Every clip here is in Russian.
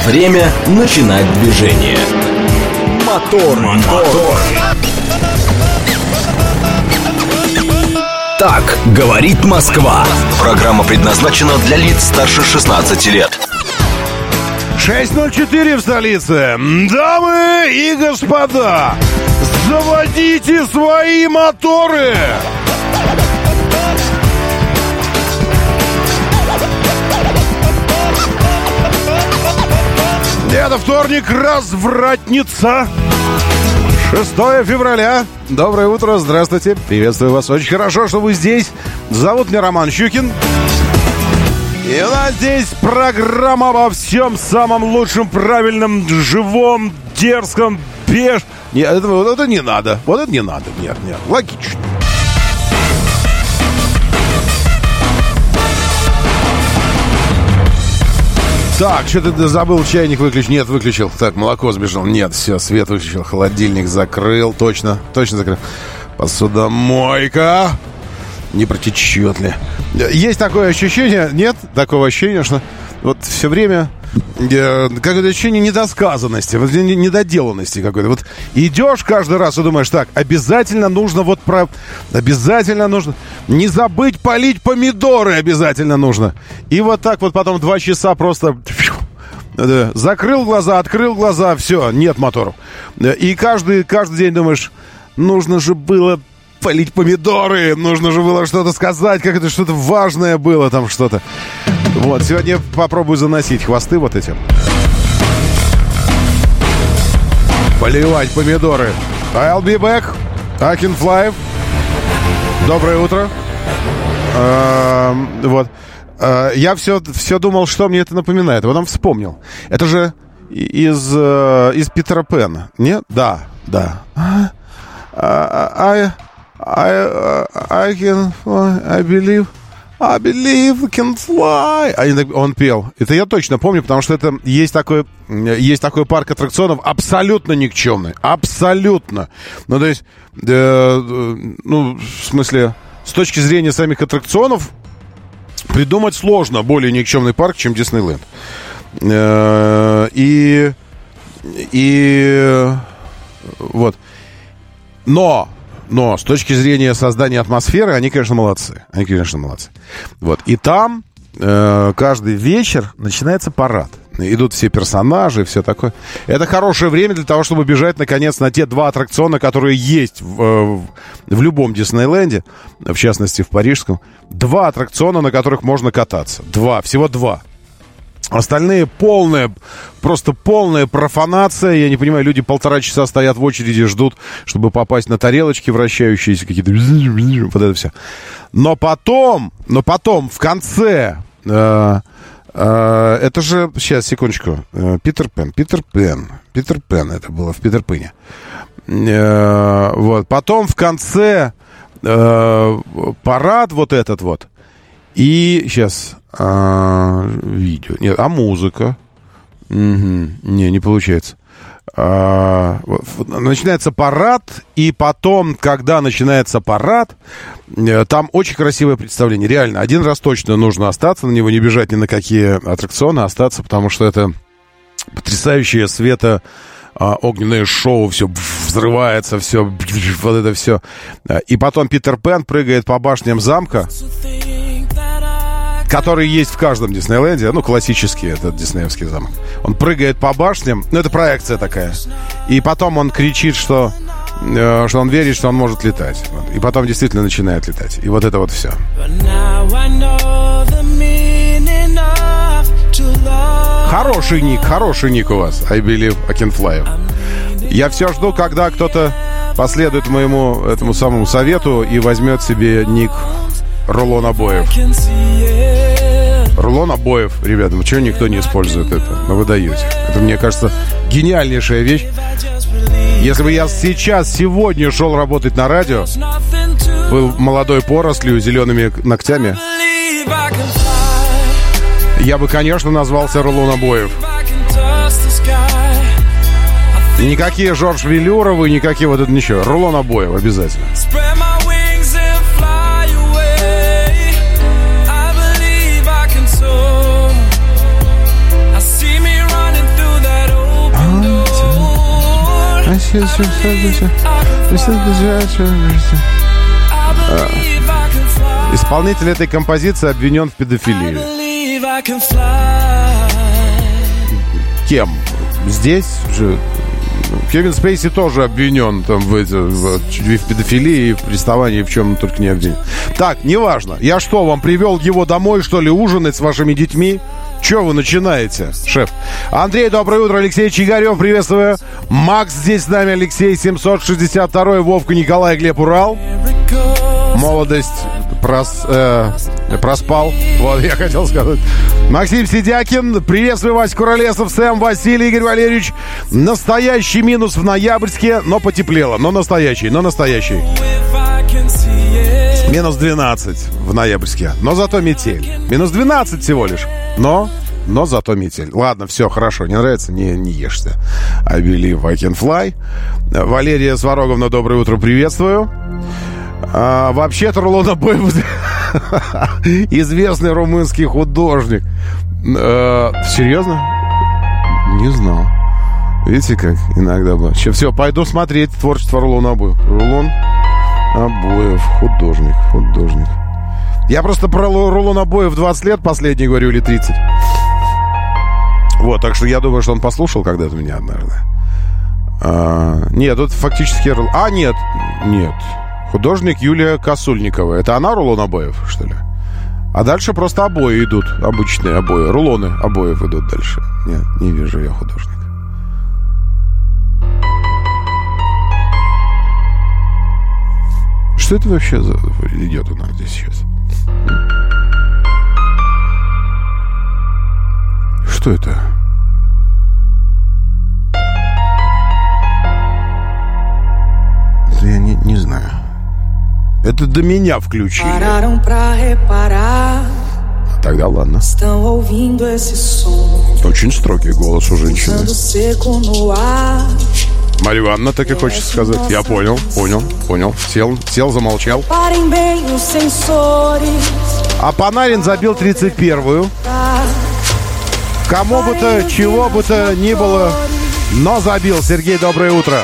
Время начинать движение. Мотор. Так говорит Москва. Программа предназначена для лиц старше 16 лет. 6:04 в столице. Дамы и господа, заводите свои моторы! Это вторник, развратница. 6 февраля. Доброе утро, здравствуйте. Приветствую вас. Очень хорошо, что вы здесь. Зовут меня Роман Щукин. И у нас здесь программа обо всем самом лучшем, правильном, живом, дерзком, Нет, это не надо. Вот это не надо. Нет, логично. Так, что ты забыл чайник выключить? Нет, выключил. Так, молоко сбежал. Нет, все, свет выключил. Холодильник закрыл. Точно закрыл. Посудомойка. Не протечет ли? Есть такое ощущение, нет? Такого ощущения, что вот все время какое-то ощущение недосказанности, недоделанности какой-то. Вот идешь каждый раз и думаешь, так, обязательно нужно не забыть полить помидоры, обязательно нужно. И вот так вот потом 2 часа просто закрыл глаза, открыл глаза, все, нет моторов. И каждый день думаешь, нужно же было полить помидоры, нужно же было что-то сказать, как это что-то важное было там что-то. Вот, сегодня попробую заносить хвосты вот этим. Поливать помидоры. I'll be back. I can fly. Доброе утро. Вот. Я все думал, что мне это напоминает. Потом вспомнил. Это же из Питера Пэна. Нет? Да. I can fly, I believe I can fly. Он пел. Это я точно помню, потому что это есть такой парк аттракционов абсолютно никчемный. Абсолютно. Ну, то есть, в смысле, с точки зрения самих аттракционов, придумать сложно более никчемный парк, чем Диснейленд. Вот. Но с точки зрения создания атмосферы, они, конечно, молодцы. Вот. И там каждый вечер начинается парад. Идут все персонажи, все такое. Это хорошее время для того, чтобы бежать, наконец, на те 2 аттракциона, которые есть в любом Диснейленде, в частности, в парижском. 2 аттракциона, на которых можно кататься. Всего 2. Остальные просто полная профанация. Я не понимаю, люди 1,5 часа стоят в очереди, ждут, чтобы попасть на тарелочки вращающиеся какие-то. Вот это все. Но потом, в конце... это же... Сейчас, секундочку. Питер Пен. Это было в Питер Пэне. Вот. Потом в конце парад вот этот вот. И сейчас... видео. Нет, музыка? Не получается. Начинается парад, и потом, когда начинается парад, там очень красивое представление. Реально, 1 раз точно нужно остаться на него, не бежать ни на какие аттракционы, остаться, потому что это потрясающее огненное шоу, все взрывается, все, вот это все. И потом Питер Пен прыгает по башням замка, который есть в каждом Диснейленде, классический этот диснеевский замок. Он прыгает по башням, это проекция такая. И потом он кричит, что он верит, что он может летать. И потом действительно начинает летать. И вот это вот все. Хороший ник у вас. I believe I can fly. Я все жду, когда кто-то последует моему этому самому совету и возьмет себе ник Рулон обоев. Рулон обоев, ребята, чего никто не использует это? Вы даете. Это, мне кажется, гениальнейшая вещь. Если бы я сегодня шел работать на радио, был молодой порослью, зелеными ногтями, я бы, конечно, назвался Рулон обоев. Никакие Жорж Велюровы, никакие вот это ничего. Рулон обоев обязательно. Исполнитель этой композиции обвинен в педофилии. Кем? Здесь же Кевин Спейси тоже обвинен там, в педофилии, в приставании, в чем только не обвинен. Так, неважно. Я что, вам привел его домой, что ли, ужинать с вашими детьми? Че вы начинаете, шеф? Андрей, доброе утро. Алексей Чигарев, приветствую. Макс здесь с нами. Алексей 762. Вовка, Николай, Глеб, Урал. Молодость проспал. Вот, я хотел сказать. Максим Сидякин. Приветствую, Вася Куролесов, Сэм, Василий, Игорь Валерьевич. Настоящий минус в ноябрьске, но потеплело. Но настоящий. Минус 12 в ноябрьске. Но зато метель. Минус 12 всего лишь. Но зато метель. Ладно, все, хорошо. Не нравится? Не ешься. I believe I can fly. Валерия Свароговна, доброе утро. Приветствую. Вообще-то Рулон Абоев известный румынский художник. Серьезно? Не знал. Видите, как иногда было. Все, пойду смотреть творчество Рулона Абоев. Рулон Абоев, художник. Я просто про Рулон Абоев 20 лет последний говорю, или 30. Вот, так что я думаю, что он послушал когда-то меня однажды. Нет, тут фактически... Нет. Художник Юлия Косульникова. Это она Рулон Абоев, что ли? А дальше просто обои идут. Обычные обои. Рулоны обоев идут дальше. Нет, не вижу я художника. Что это вообще идет у нас здесь сейчас? Что это? Я не знаю. Это до меня включили. Тогда ладно. Очень строгий голос у женщины. Марья Ивановна так и хочет сказать. Я понял. Сел, замолчал. А Панарин забил 31-ю. Кому бы то, чего бы то ни было, но забил. Сергей, доброе утро.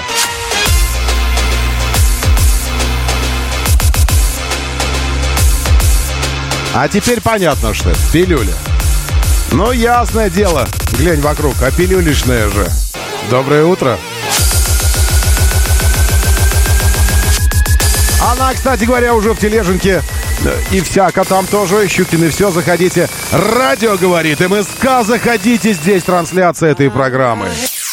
А теперь понятно, что это пилюля. Ну, ясное дело. Глянь вокруг, а пилюлечная же. Доброе утро. Она, кстати говоря, уже в тележеньке. И всяко там тоже. Щукин и все, заходите. Радио говорит МСК, заходите. Здесь трансляция этой программы.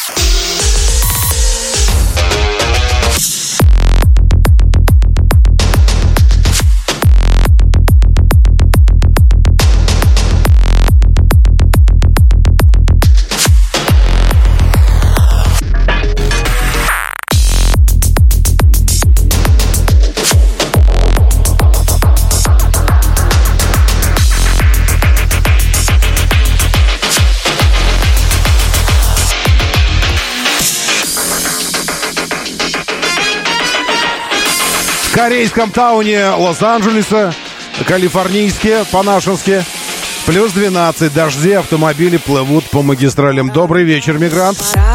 В корейском тауне Лос-Анджелеса, калифорнийске, по-нашенски, плюс 12. Дожди, автомобили плывут по магистралям. Добрый вечер, мигрант.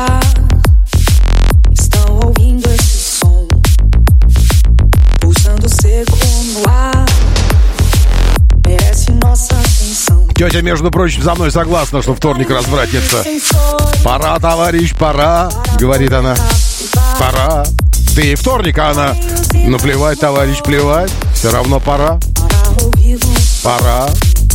Тетя, между прочим, за мной согласна, что вторник развратница. Пора, товарищ, пора, говорит она. Пора. Ты и вторник, а она... Ну, плевать, товарищ, плевать. Все равно пора. Пора.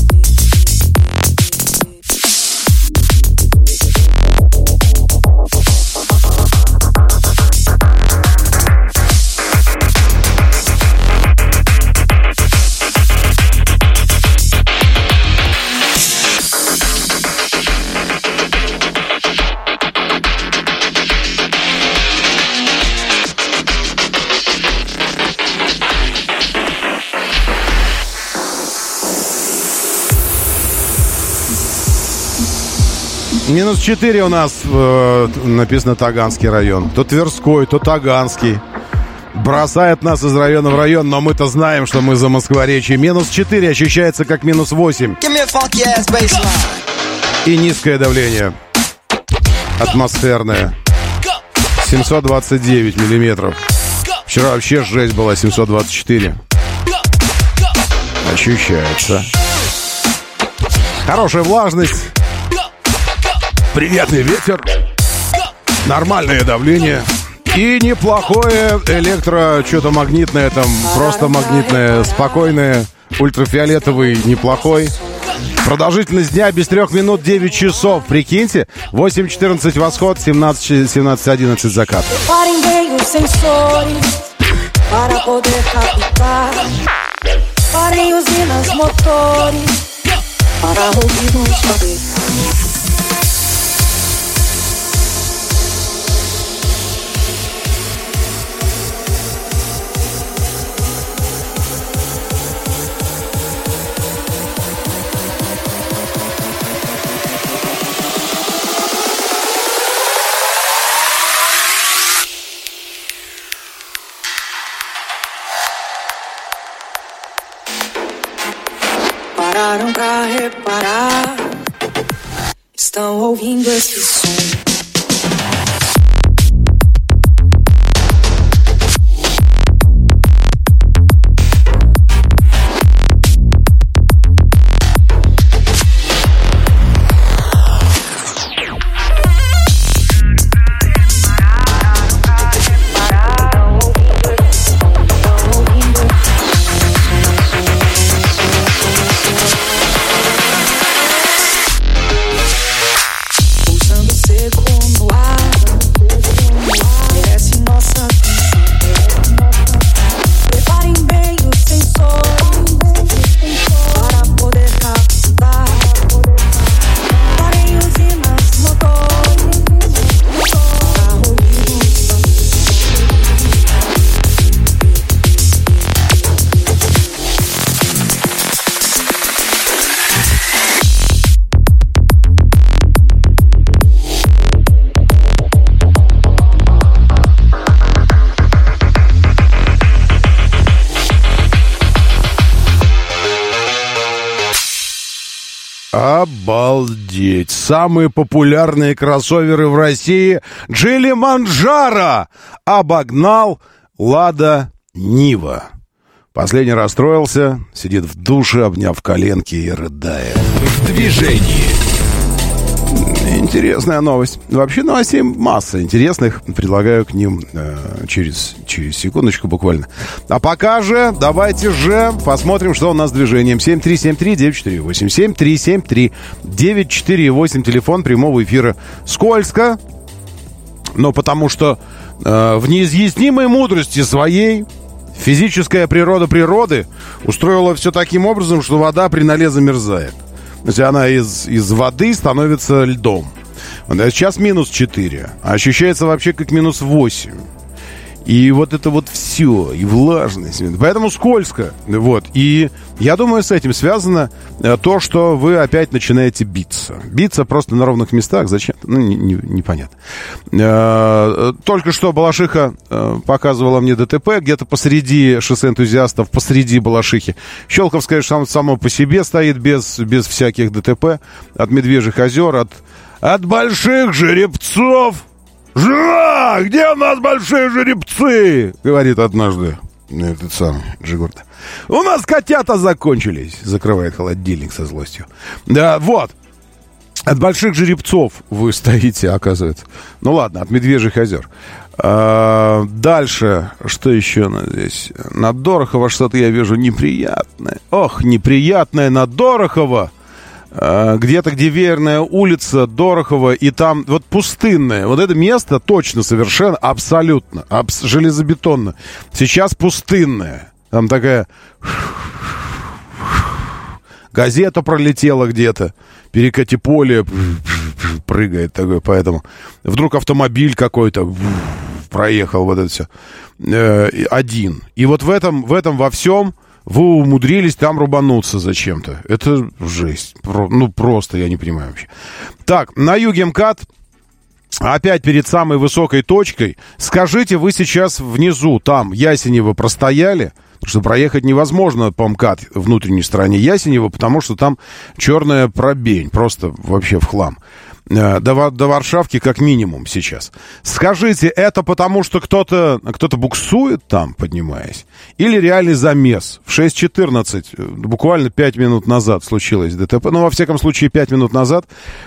Минус 4 у нас написано Таганский район. То Тверской, то Таганский. Бросает нас из района в район, но мы-то знаем, что мы за Москворечье. Минус 4 ощущается как минус 8. И низкое давление атмосферное. 729 миллиметров. Вчера вообще жесть была, 724. Ощущается. Хорошая влажность. Приятный ветер. Нормальное давление. И неплохое что-то магнитное там. Просто магнитное, спокойное. Ультрафиолетовый, неплохой. Продолжительность дня без 3 минут 9 часов. Прикиньте, 8:14 восход, 17:11 закат. Pararam pra reparar, estão ouvindo esse som. Обалдеть! Самые популярные кроссоверы в России Джили-Манджаро обогнал Лада Нива. Последний расстроился, сидит в душе, обняв коленки и рыдает. В движении. Интересная новость. Вообще новостей масса интересных. Предлагаю к ним через секундочку буквально. А пока же, давайте же посмотрим, что у нас с движением. 7373948. 7373948. Телефон прямого эфира. Скользко. Но потому что в неизъяснимой мудрости своей физическая природа природы устроила все таким образом, что вода при нале замерзает. То есть она из воды становится льдом. Сейчас минус 4, а ощущается вообще как минус 8. И вот это вот все, и влажность. Поэтому скользко. Вот. И я думаю, с этим связано то, что вы опять начинаете биться. Биться просто на ровных местах. Зачем? Ну, непонятно. Только что Балашиха показывала мне ДТП. Где-то посреди шоссе энтузиастов, посреди Балашихи. Щелковская само по себе стоит без всяких ДТП. От Медвежьих озер, от больших жеребцов. «Жена, где у нас большие жеребцы?» — говорит однажды этот самый Джигурда. «У нас котята закончились», — закрывает холодильник со злостью. Да, вот. От больших жеребцов вы стоите, оказывается. Ну ладно, от Медвежьих озер. Дальше, что еще здесь? На Дорохово что-то я вижу неприятное. Ох, неприятное на Дорохово. Где-то, где Веерная улица, Дорохово, и там вот пустынное. Вот это место точно, совершенно, абсолютно, железобетонно. Сейчас пустынное. Там такая... Газета пролетела где-то. Перекати поле прыгает такой, поэтому... Вдруг автомобиль какой-то проехал, вот это все. Один. И вот в этом во всем... Вы умудрились там рубануться зачем-то. Это жесть. Ну, просто я не понимаю вообще. Так, на юге МКАД. Опять перед самой высокой точкой. Скажите, вы сейчас внизу, там, Ясенево простояли? Потому что проехать невозможно по МКАД внутренней стороне Ясенева, потому что там черная пробень. Просто вообще в хлам. До Варшавки как минимум сейчас. Скажите, это потому, что кто-то буксует там, поднимаясь? Или реальный замес? В 6:14, буквально 5 минут назад случилось ДТП. Ну, во всяком случае, 5 минут назад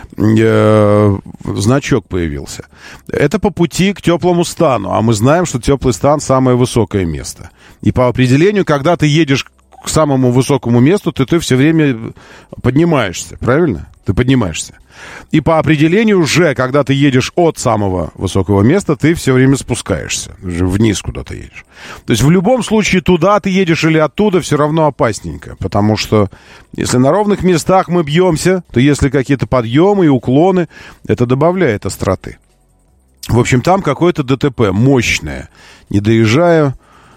значок появился. Это по пути к теплому стану. А мы знаем, что теплый стан — самое высокое место. И по определению, когда ты едешь к самому высокому месту, ты все время поднимаешься, правильно? Ты поднимаешься. И по определению уже, когда ты едешь от самого высокого места, ты все время спускаешься. Вниз куда-то едешь. То есть в любом случае туда ты едешь или оттуда, все равно опасненько. Потому что если на ровных местах мы бьемся, то если какие-то подъемы и уклоны, это добавляет остроты. В общем, там какое-то ДТП мощное. Не доезжая,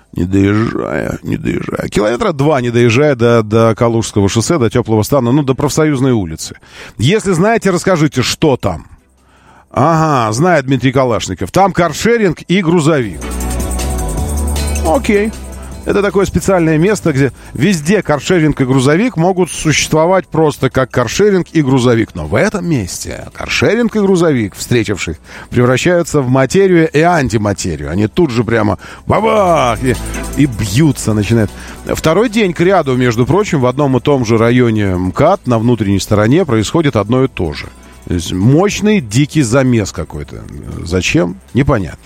километра 2 не доезжая до Калужского шоссе, до теплого стана, ну, до Профсоюзной улицы. Если знаете, расскажите, что там. Ага, знает Дмитрий Калашников. Там каршеринг и грузовик. Окей. Это такое специальное место, где везде каршеринг и грузовик могут существовать просто как каршеринг и грузовик. Но в этом месте каршеринг и грузовик, встретившись, превращаются в материю и антиматерию. Они тут же прямо бабах и бьются, начинают. Второй день кряду, между прочим, в одном и том же районе МКАД на внутренней стороне происходит одно и то же. То есть мощный дикий замес какой-то. Зачем? Непонятно.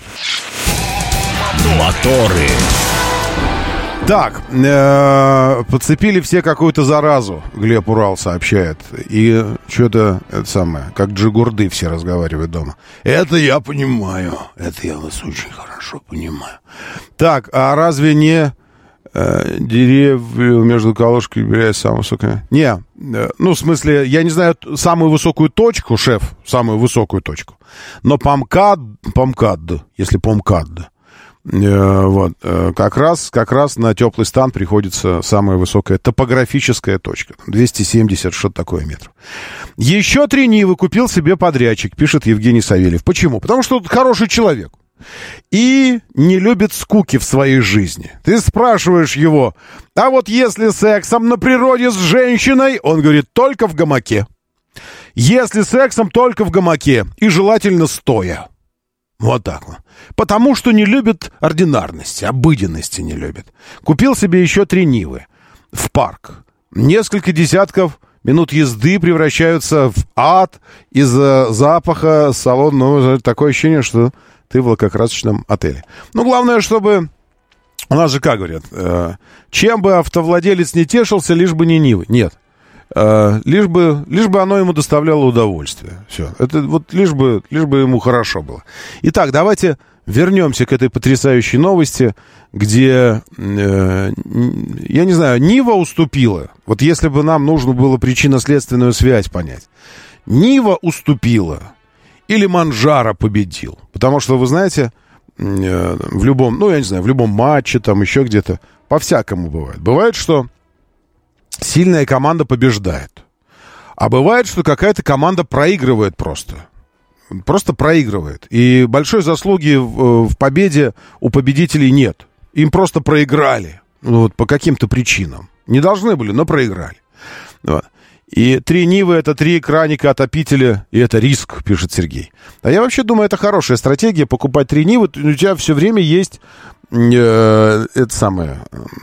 Моторы. Так, подцепили все какую-то заразу, Глеб Урал сообщает. И что-то, это самое, как джигурды все разговаривают дома. Это я понимаю, это я вас очень хорошо понимаю. Так, а разве не деревья между Калужкой и Беляевой самая высокая? Не, ну, в смысле, я не знаю самую высокую точку, шеф, самую высокую точку. Но по МКАД, если по МКАД, вот, как раз на теплый стан приходится самая высокая топографическая точка. 270, что-то такое метров. Еще 3 Нивы купил себе подрядчик, пишет Евгений Савельев. Почему? Потому что он хороший человек. И не любит скуки в своей жизни. Ты спрашиваешь его, а вот если сексом на природе с женщиной, он говорит, только в гамаке. Если сексом, только в гамаке. И желательно стоя. Вот так вот. Потому что не любит ординарности, обыденности не любит. Купил себе еще 3 Нивы в парк. Несколько десятков минут езды превращаются в ад из-за запаха салона. Ну, такое ощущение, что ты в лакокрасочном отеле. Ну, главное, чтобы... У нас же как говорят? Чем бы автовладелец не тешился, лишь бы не Нивы. Нет. Лишь бы оно ему доставляло удовольствие. Все. Это вот лишь бы ему хорошо было. Итак, давайте вернемся к этой потрясающей новости, где, я не знаю, Нива уступила. Вот если бы нам нужно было причинно-следственную связь понять. Нива уступила или Манжаро победил? Потому что, вы знаете, в любом, ну, я не знаю, в любом матче, там еще где-то, по-всякому бывает. Бывает, что сильная команда побеждает. А бывает, что какая-то команда проигрывает просто. Просто проигрывает. И большой заслуги в победе у победителей нет. Им просто проиграли. Вот, по каким-то причинам. Не должны были, но проиграли. Вот. И 3 Нивы — это 3 краника отопителя, и это риск, пишет Сергей. А я вообще думаю, это хорошая стратегия, покупать 3 Нивы. У тебя все время есть... это самое...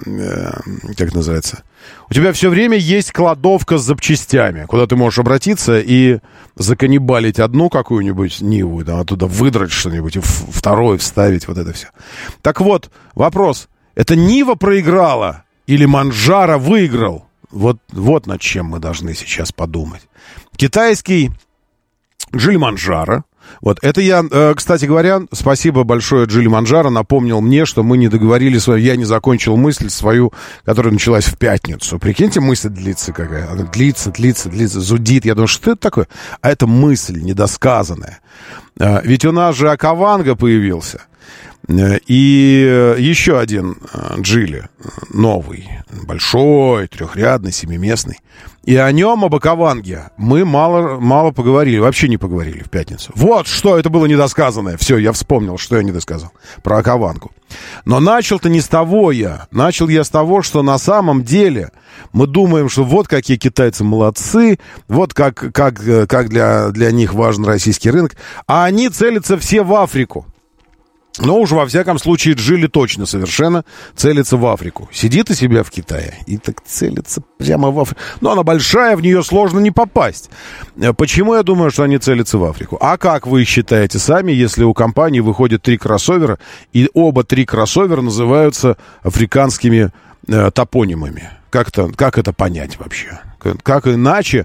как называется... У тебя все время есть кладовка с запчастями, куда ты можешь обратиться и заканнибалить одну какую-нибудь Ниву, там, оттуда выдрать что-нибудь и второй вставить, вот это все. Так вот, вопрос. Это Нива проиграла или Манжаро выиграл? Вот над чем мы должны сейчас подумать. Китайский Джильманджаро. Вот, это я, кстати говоря, спасибо большое Джильманджаро, напомнил мне, что мы не договорили свою, я не закончил мысль свою, которая началась в пятницу. Прикиньте, мысль длится какая. Она длится, зудит. Я думаю, что это такое? А это мысль недосказанная. Ведь у нас же Акаванга появился. И еще один Джили, новый, большой, трехрядный, семиместный. И о нем, об Окаванге, мы мало поговорили, вообще не поговорили в пятницу. Вот что это было недосказанное. Все, я вспомнил, что я недосказал про Окавангу. Но начал-то не с того я. Начал я с того, что на самом деле мы думаем, что вот какие китайцы молодцы, вот как для них важен российский рынок. А они целятся все в Африку. Но уж во всяком случае Джили точно совершенно целится в Африку. Сидит у себя в Китае и так целится прямо в Африку. Но она большая, в нее сложно не попасть. Почему я думаю, что они целятся в Африку? А как вы считаете сами, если у компании выходит 3 кроссовера, и оба 3 кроссовера называются африканскими топонимами? Как это понять вообще? Как иначе,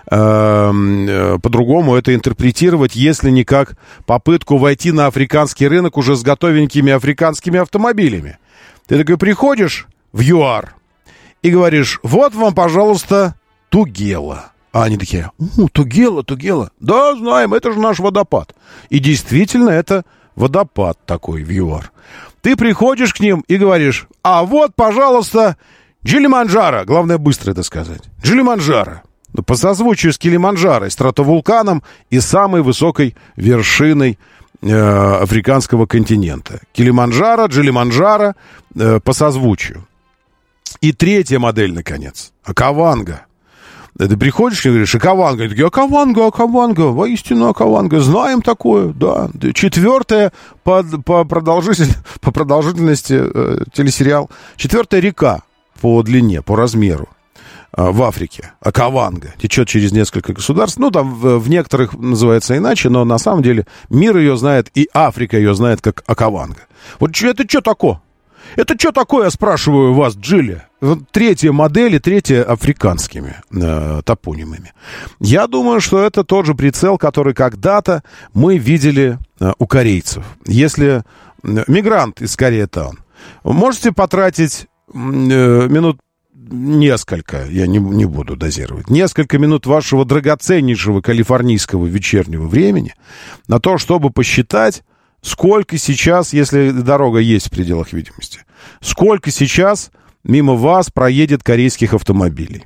по-другому это интерпретировать, если не как попытку войти на африканский рынок уже с готовенькими африканскими автомобилями? Ты такой приходишь в ЮАР и говоришь: вот вам, пожалуйста, Тугела. А они такие: Тугела. Да, знаем, это же наш водопад. И действительно, это водопад такой в ЮАР. Ты приходишь к ним и говоришь: а вот, пожалуйста, Килиманджаро. Главное, быстро это сказать. Килиманджаро. По созвучию с Килиманджаро, стратовулканом и самой высокой вершиной африканского континента. Килиманджаро, Килиманджаро по созвучию. И 3-я модель, наконец. Окаванга. Ты приходишь и говоришь: Окаванга. Они такие: Окаванга, воистину Окаванга. Знаем такое, да. 4-я по продолжительности телесериал. 4-я река по длине, по размеру в Африке. Окаванга. Течет через несколько государств. Ну, там в некоторых называется иначе, но на самом деле мир ее знает, и Африка ее знает как Окаванга. Вот это что такое? Это что такое, я спрашиваю вас, Джили? 3-я модель и 3-я африканскими топонимами. Я думаю, что это тот же прицел, который когда-то мы видели у корейцев. Если мигрант из Кореятаун, можете потратить минут несколько, я не буду дозировать, несколько минут вашего драгоценнейшего калифорнийского вечернего времени на то, чтобы посчитать, сколько сейчас, если дорога есть в пределах видимости, сколько сейчас мимо вас проедет корейских автомобилей.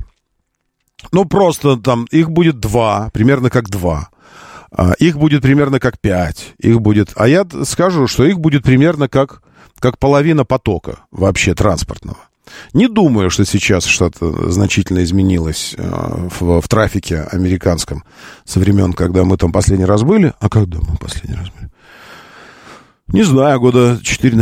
Ну, просто там их будет 2, примерно как 2. Их будет примерно как 5. Их будет... А я скажу, что их будет примерно как половина потока вообще транспортного. Не думаю, что сейчас что-то значительно изменилось в трафике американском со времен, когда мы там последний раз были. А когда мы последний раз были? Не знаю, года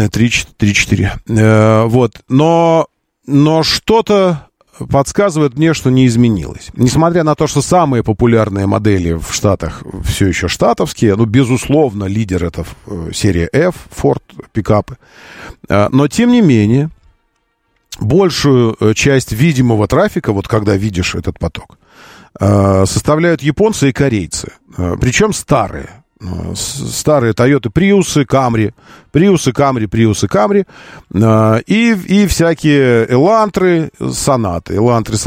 3-4. Вот. Но что-то подсказывает мне, что не изменилось. Несмотря на то, что самые популярные модели в Штатах все еще штатовские, ну, безусловно, лидер это серия F, Ford пикапы. Но, тем не менее, большую часть видимого трафика, вот когда видишь этот поток, составляют японцы и корейцы. Причем старые. Старые Toyota Prius, Camry, и всякие Элантры, Сонаты.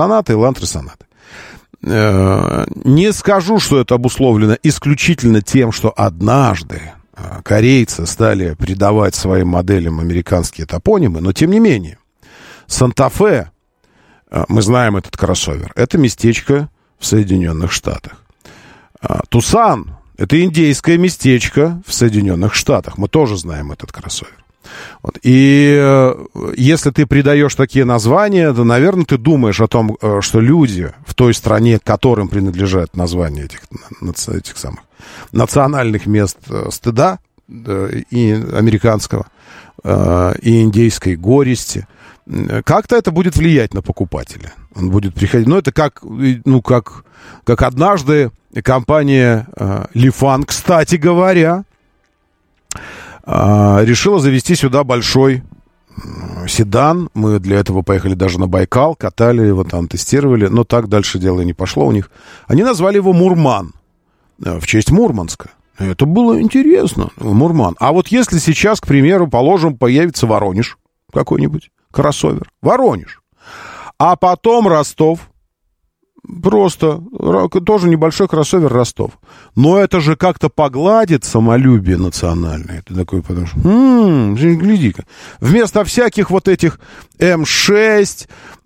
Не скажу, что это обусловлено исключительно тем, что однажды корейцы стали придавать своим моделям американские топонимы, но тем не менее. Санта-Фе, мы знаем этот кроссовер, это местечко в Соединенных Штатах. Тусан — это индейское местечко в Соединенных Штатах. Мы тоже знаем этот кроссовер. Вот. И если ты придаешь такие названия, то, наверное, ты думаешь о том, что люди в той стране, которым принадлежат названия этих самых национальных мест стыда, и американского, и индейской горести, как-то это будет влиять на покупателя. Он будет приходить. Ну, это как однажды компания Лифан, кстати говоря, решила завести сюда большой седан. Мы для этого поехали даже на Байкал, катали его там, тестировали, но так дальше дело не пошло у них. Они назвали его Мурман в честь Мурманска. Это было интересно, Мурман. А вот если сейчас, к примеру, положим, появится Воронеж какой-нибудь, кроссовер, Воронеж, а потом Ростов, Просто тоже небольшой кроссовер Ростов. Но это же как-то погладит самолюбие национальное. Ты такой подумаешь, гляди-ка. Вместо всяких вот этих М6,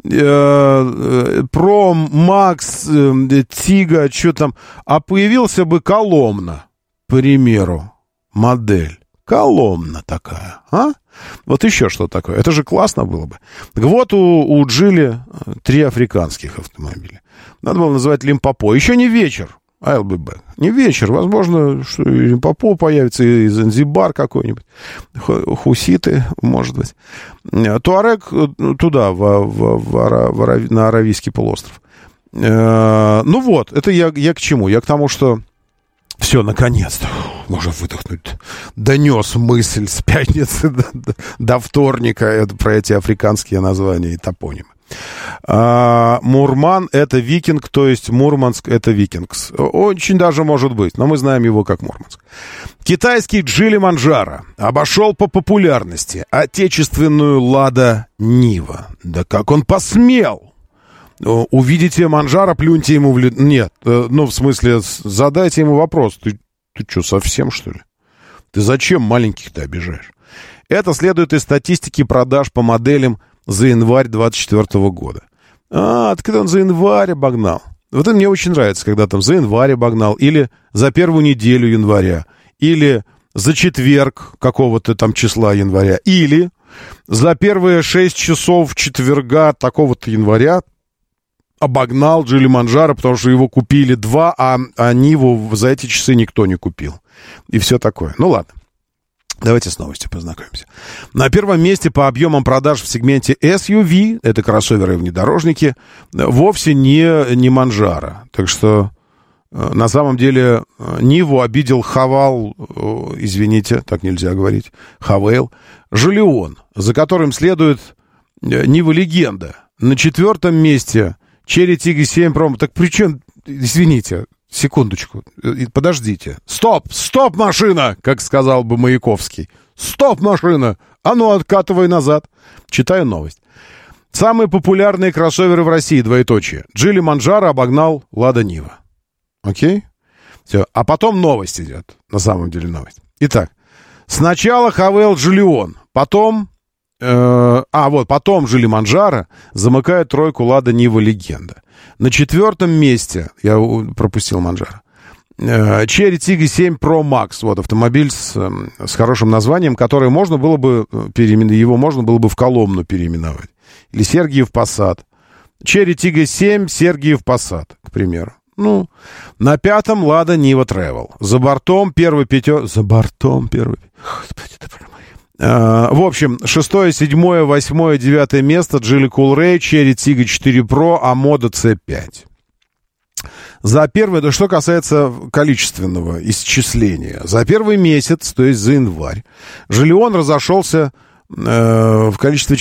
Пром, Макс, Тига, что там, а появился бы Коломна, к примеру, модель. Коломна такая, а? Вот еще что такое. Это же классно было бы. Так вот, у Джили 3 африканских автомобиля. Надо было называть Лимпопо. Еще не вечер. I'll be back. Не вечер. Возможно, что и Лимпопо появится, и Занзибар какой-нибудь. Хуситы, может быть. Туарек туда, на Аравийский полуостров. Ну вот, это я к чему? Я к тому, что все, наконец-то, можно выдохнуть. Донес мысль с пятницы до вторника про эти африканские названия и топонимы. Мурман — это викинг, то есть Мурманск — это викингс. Очень даже может быть, но мы знаем его как Мурманск. Китайский Джили Манджаро обошел по популярности отечественную Лада Нива. Да как он посмел! Увидите Манджаро, плюньте ему в лицо. Нет, ну, в смысле, задайте ему вопрос. Ты что, совсем, что ли? Ты зачем маленьких-то обижаешь? Это следует из статистики продаж по моделям за январь 2024 года. Так это он за январь обогнал. Вот это мне очень нравится, когда там за январь обогнал, или за первую неделю января, или за четверг какого-то там числа января, или за первые 6 часов четверга такого-то января обогнал Джили Манджаро, потому что его купили 2, а Ниву за эти часы никто не купил. И все такое. Ну ладно. Давайте с новостью познакомимся. На первом месте по объемам продаж в сегменте SUV, это кроссоверы и внедорожники, вовсе не Манджаро. Так что на самом деле Ниву обидел Хавал, извините, так нельзя говорить, Хавейл, Жилион, за которым следует Нива Легенда. На 4-м месте Черри Тига 7 Pro. Так при чем, извините, секундочку, подождите. Стоп, машина, как сказал бы Маяковский. Стоп, машина, а ну откатывай назад. Читаю новость. Самые популярные кроссоверы в России, двоеточие. Джили Манджаро обогнал Лада Нива. Окей? Все. А потом новость идет. На самом деле новость. Итак, сначала Хавейл Жилион, потом... потом Джили Манджаро замыкает тройку Лада Нива Легенда. На 4-м месте, я пропустил Манджаро, Черри Тига 7 Pro Max. Вот автомобиль с хорошим названием, который можно было бы его можно было бы в Коломну переименовать. Или Сергиев Посад. Черри Тига 7, Сергиев Посад, к примеру. Ну, на 5-м Лада Нива Travel. За бортом первый. Господи, ты прям. В общем, 6, 7, 8, 9 место Geely Coolray, Черри Тига 4 Pro, Moda C5. За первый, да что касается количественного исчисления, за первый месяц, то есть за январь, Жилион разошелся в количестве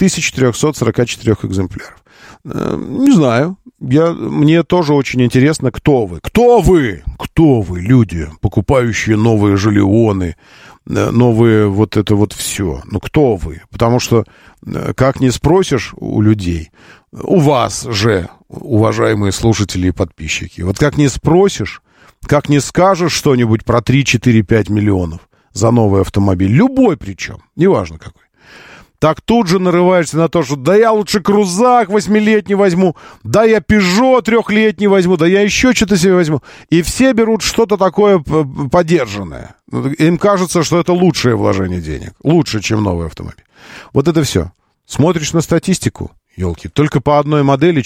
4344 экземпляров. Не знаю. Мне тоже очень интересно, кто вы. Кто вы, люди, покупающие новые Жилионы, новые вот это вот все. Ну, кто вы? Потому что, как не спросишь у людей, у вас же, уважаемые слушатели и подписчики, вот как не спросишь, как не скажешь что-нибудь про 3, 4, 5 миллионов за новый автомобиль, любой причем, неважно какой, так тут же нарываешься на то, что да я лучше Крузак 8-летний возьму, да я Пежо 3-летний возьму, да я еще что-то себе возьму. И все берут что-то такое подержанное. Им кажется, что это лучшее вложение денег. Лучше, чем новый автомобиль. Вот это все. Смотришь на статистику, елки, только по одной модели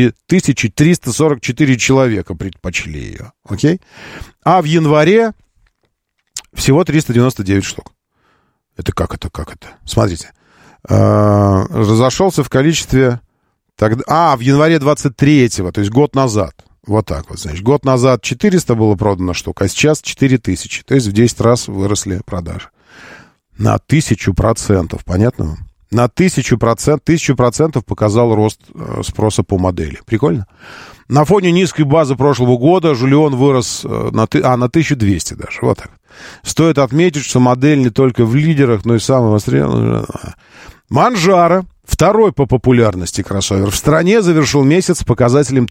4344 человека предпочли ее. Окей? А в январе всего 399 штук. Это как это? Смотрите. Разошелся в количестве... в январе 23-го, то есть год назад. Вот так вот, значит. Год назад 400 было продано штук, а сейчас 4000. То есть в 10 раз выросли продажи. На 1000%, понятно вам? На 1000% показал рост спроса по модели. Прикольно? На фоне низкой базы прошлого года Жилион вырос на 1200 даже. Вот так. Стоит отметить, что модель не только в лидерах, но и самая востребованная. Манджаро Второй по популярности кроссовер в стране завершил месяц с показателем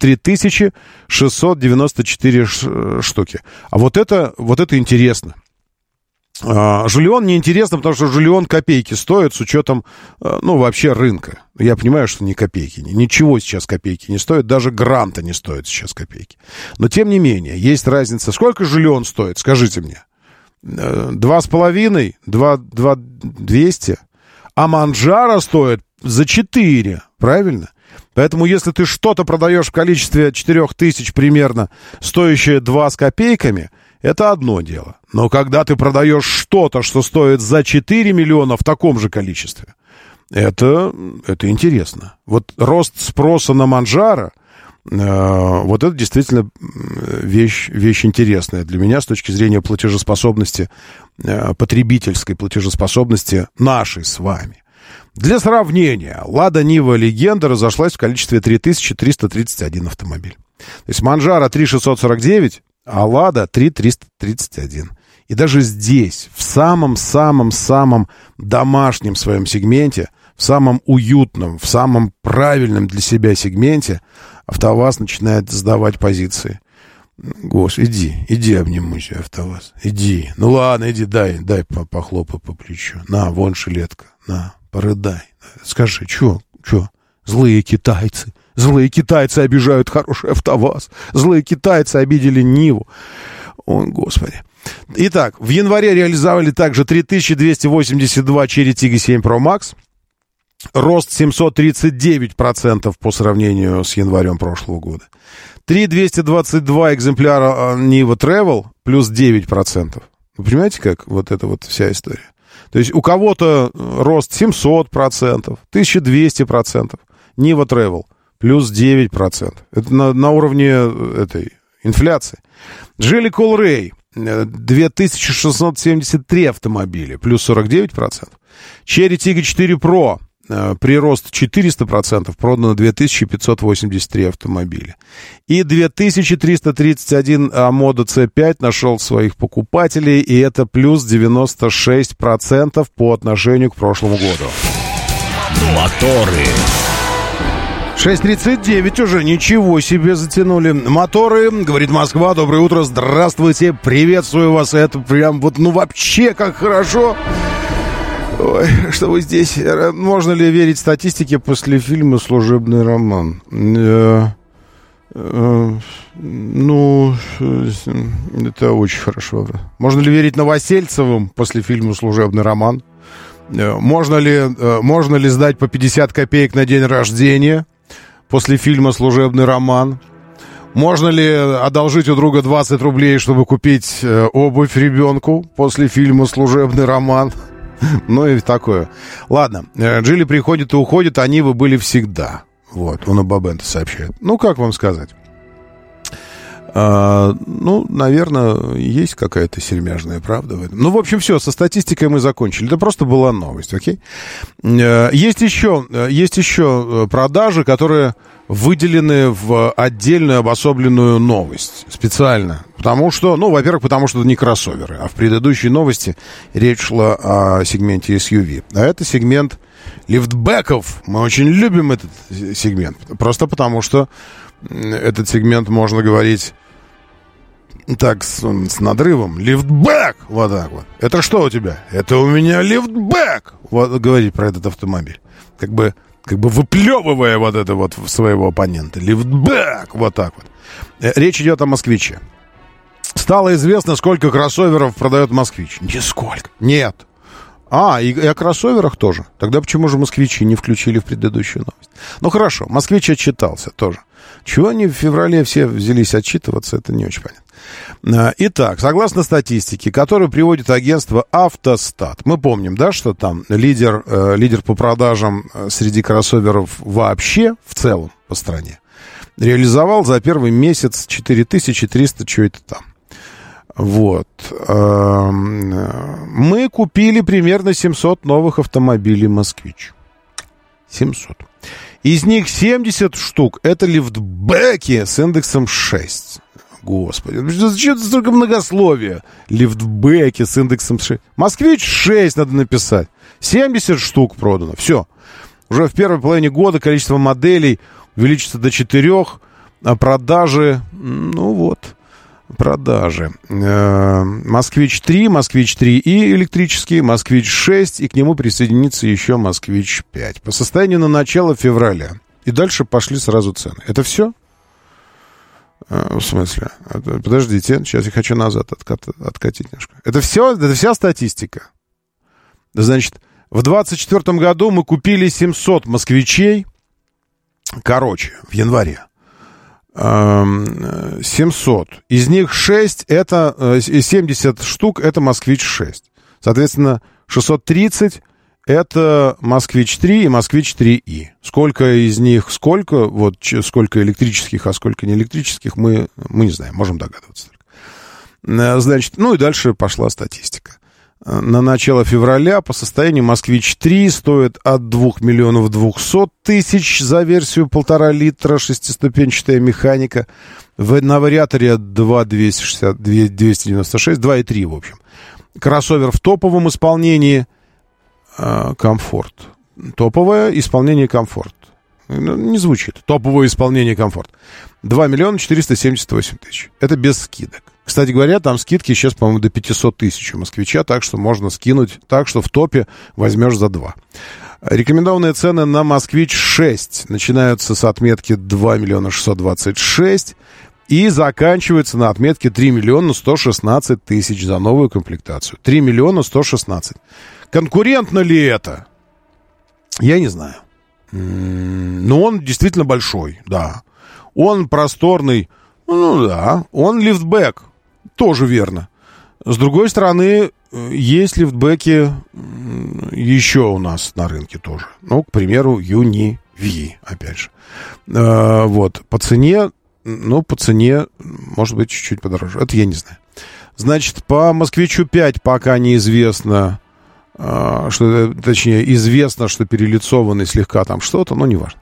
3694 штуки. А вот это интересно. Жульон неинтересно, потому что Жульон копейки стоит с учетом, вообще рынка. Я понимаю, что не копейки. Ничего сейчас копейки не стоит. Даже Гранта не стоит сейчас копейки. Но, тем не менее, есть разница. Сколько Жульон стоит? Скажите мне. 2,5? 2,200? А Манджаро стоит за 4. Правильно? Поэтому, если ты что-то продаешь в количестве 4000 примерно, стоящее 2 с копейками, это одно дело. Но когда ты продаешь что-то, что стоит за 4 миллиона в таком же количестве, это интересно. Вот рост спроса на Манджаро, вот это действительно вещь интересная для меня с точки зрения платежеспособности, потребительской платежеспособности нашей с вами. Для сравнения, Лада Нива Легенда разошлась в количестве 3331 автомобиль. То есть Манджаро 3649, а Лада 3331. И даже здесь, в самом-самом-самом домашнем своем сегменте, в самом уютном, в самом правильном для себя сегменте, АвтоВАЗ начинает сдавать позиции. Господи, иди обниму себя, АвтоВАЗ. Иди. Ну ладно, иди, дай похлопай по плечу. На, вон жилетка. На, порыдай. Скажи, чё? Злые китайцы обижают хороший АвтоВАЗ. Злые китайцы обидели Ниву. Ой, господи. Итак, в январе реализовали также 3282 Chery Tiggo 7 Pro Max. Рост 739% по сравнению с январем прошлого года. 3222 экземпляра Niva Travel, плюс 9%. Вы понимаете, как вот эта вот вся история? То есть у кого-то рост 700%, 1200%. Niva Travel, плюс 9%. Это на уровне этой инфляции. Geely Coolray, 2673 автомобиля, плюс 49%. Chery Tiggo 4 Pro, прирост 400%, продано 2583 автомобиля. И 2331 Moda C5 нашел своих покупателей, и это плюс 96% по отношению к прошлому году. Моторы. 6:39 уже, ничего себе затянули. Моторы, говорит Москва, доброе утро, здравствуйте, приветствую вас, это прям вот, вообще как хорошо. Ой, что вы здесь? Можно ли верить статистике после фильма «Служебный роман»? Это очень хорошо. Можно ли верить Новосельцевым после фильма «Служебный роман»? Можно ли сдать по 50 копеек на день рождения после фильма «Служебный роман»? Можно ли одолжить у друга 20 рублей, чтобы купить обувь ребенку после фильма «Служебный роман»? Ну и такое. Ладно, Geely приходит и уходит, а Нивы были всегда. Вот, он Бабенто сообщает. Ну, как вам сказать? Наверное, есть какая-то сермяжная правда в этом. В общем, все, со статистикой мы закончили. Это просто была новость, окей? Есть еще продажи, которые выделены в отдельную обособленную новость. Специально. Потому что, во-первых, потому что это не кроссоверы. А в предыдущей новости речь шла о сегменте SUV. А это сегмент лифтбеков. Мы очень любим этот сегмент. Просто потому что этот сегмент, можно говорить так, с надрывом. Лифтбэк! Вот так вот. Это что у тебя? Это у меня лифтбэк! Вот говорить про этот автомобиль. Как бы выплевывая вот это вот в своего оппонента. Лифтбэк! Вот так вот. Речь идет о «Москвиче». Стало известно, сколько кроссоверов продает «Москвич». Нисколько. Нет. И о кроссоверах тоже. Тогда почему же «Москвичи» не включили в предыдущую новость? Хорошо, «Москвич» отчитался тоже. Чего они в феврале все взялись отчитываться, это не очень понятно. Итак, согласно статистике, которую приводит агентство «Автостат», мы помним, да, что там лидер по продажам среди кроссоверов вообще в целом по стране реализовал за первый месяц 4300, что это там. Вот. Мы купили примерно 700 новых автомобилей «Москвич». 700. Из них 70 штук — это лифтбеки с индексом 6. Господи, зачем столько многословия? Лифтбеки с индексом 6. «Москвич» 6 надо написать. 70 штук продано. Все. Уже в первой половине года количество моделей увеличится до 4, а продажи, продажи. «Москвич-3», «Москвич-3И» электрический, «Москвич-6», и к нему присоединится еще «Москвич-5». По состоянию на начало февраля. И дальше пошли сразу цены. Это все? В смысле? Подождите, сейчас я хочу назад откатить немножко. Это все? Это вся статистика? Значит, в 2024 году мы купили 700 москвичей. Короче, в январе. 700. Из них 70 штук это «Москвич-6». Соответственно, 630 это «Москвич-3» и «Москвич-3И». Сколько из них, сколько электрических, а сколько не электрических, мы не знаем, можем догадываться. Значит, и дальше пошла статистика. На начало февраля по состоянию «Москвич-3» стоит от 2 миллионов 200 тысяч за версию 1,5 литра, шестиступенчатая механика. На вариаторе 2,260, 296, 2,3 в общем. Кроссовер в топовом исполнении «Комфорт». Топовое исполнение «Комфорт». Не звучит. Топовое исполнение «Комфорт». 2 миллиона 478 тысяч. Это без скидок. Кстати говоря, там скидки сейчас, по-моему, до 500 тысяч у «Москвича», так что можно скинуть так, что в топе возьмешь за 2. Рекомендованные цены на «Москвич-6» начинаются с отметки 2 миллиона 626 и заканчиваются на отметке 3 миллиона 116 тысяч за новую комплектацию. 3 миллиона 116. Конкурентно ли это? Я не знаю. Но он действительно большой, да. Он просторный, да. Он лифтбэк. Тоже верно. С другой стороны, есть лифтбеки еще у нас на рынке тоже. К примеру, Юни Ви, опять же. По цене, может быть, чуть-чуть подороже. Это я не знаю. Значит, по «Москвичу-5» пока неизвестно, известно, что перелицованный слегка там что-то, но неважно.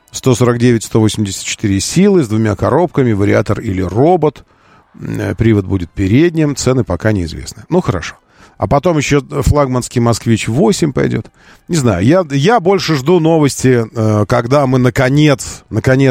149-184 силы с 2 коробками, вариатор или робот. Привод будет передним, цены пока неизвестны. Хорошо. А потом еще флагманский «Москвич-8» пойдет. Не знаю, я больше жду новости, когда мы наконец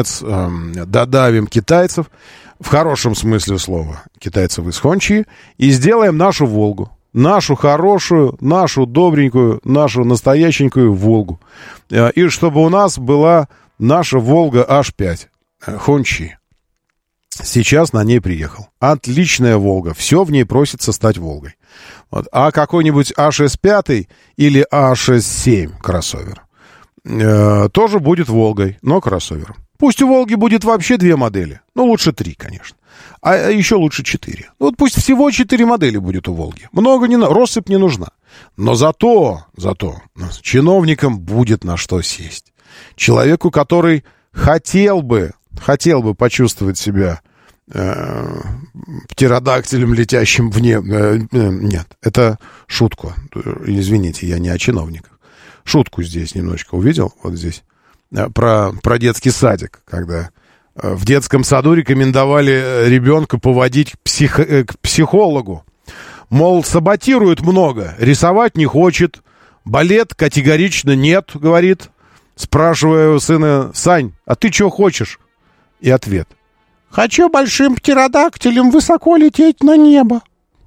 додавим китайцев, в хорошем смысле слова, китайцев из Хончи, и сделаем нашу «Волгу». Нашу хорошую, нашу добренькую, нашу настоященькую «Волгу». И чтобы у нас была наша «Волга H5» Хончи. Сейчас на ней приехал. Отличная «Волга». Все в ней просится стать «Волгой». А какой-нибудь HS5 или HS7 кроссовер тоже будет «Волгой», но кроссовером. Пусть у «Волги» будет вообще 2 модели. Лучше 3, конечно. А еще лучше 4. Пусть всего 4 модели будет у «Волги». Много не россыпь не нужна. Но зато чиновникам будет на что сесть. Человеку, который хотел бы почувствовать себя птеродактилем, летящим вне... Нет, это шутка. Извините, я не о чиновниках. Шутку здесь немножечко увидел, вот здесь, про детский садик, когда в детском саду рекомендовали ребенка поводить к психологу. Мол, саботирует много, рисовать не хочет, балет категорично нет, говорит. Спрашиваю сына: Сань, а ты чего хочешь? И ответ: хочу большим птеродактилем высоко лететь на небо.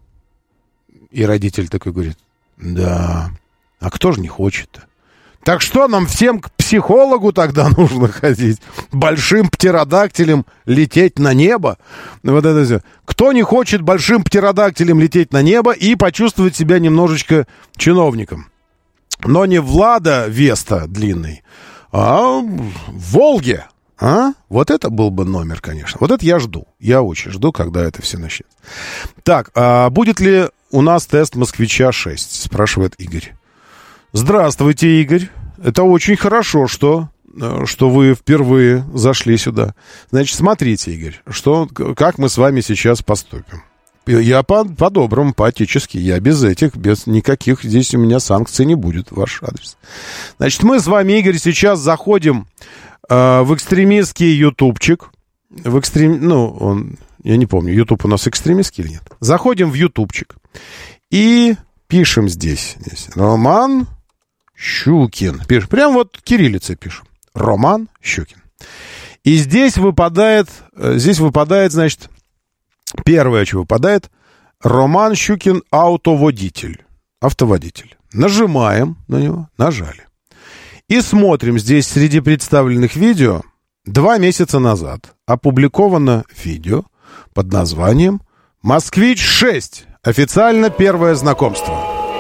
И родитель такой говорит: да, а кто же не хочет-то? Так что нам всем к психологу тогда нужно ходить? Большим птеродактилем лететь на небо? Вот это все. Кто не хочет большим птеродактилем лететь на небо и почувствовать себя немножечко чиновником? Но не Влада Веста длинный, а в Волге. Вот это был бы номер, конечно. Вот это я жду. Я очень жду, когда это все начнется. Так, а будет ли у нас тест «Москвича-6», спрашивает Игорь. Здравствуйте, Игорь. Это очень хорошо, что вы впервые зашли сюда. Значит, смотрите, Игорь, как мы с вами сейчас поступим. Я по-доброму, по-отечески. Я без никаких здесь у меня санкций не будет, ваш адрес. Значит, мы с вами, Игорь, сейчас заходим в экстремистский ютубчик. Я не помню, ютуб у нас экстремистский или нет. Заходим в ютубчик и пишем здесь. Роман Щукин. Пишем. Прям вот кириллицей пишем. Роман Щукин. И здесь выпадает, значит, первое, что выпадает, Роман Щукин автоводитель. Нажимаем на него, нажали. И смотрим, здесь среди представленных видео 2 месяца назад опубликовано видео под названием «Москвич-6. Официально первое знакомство».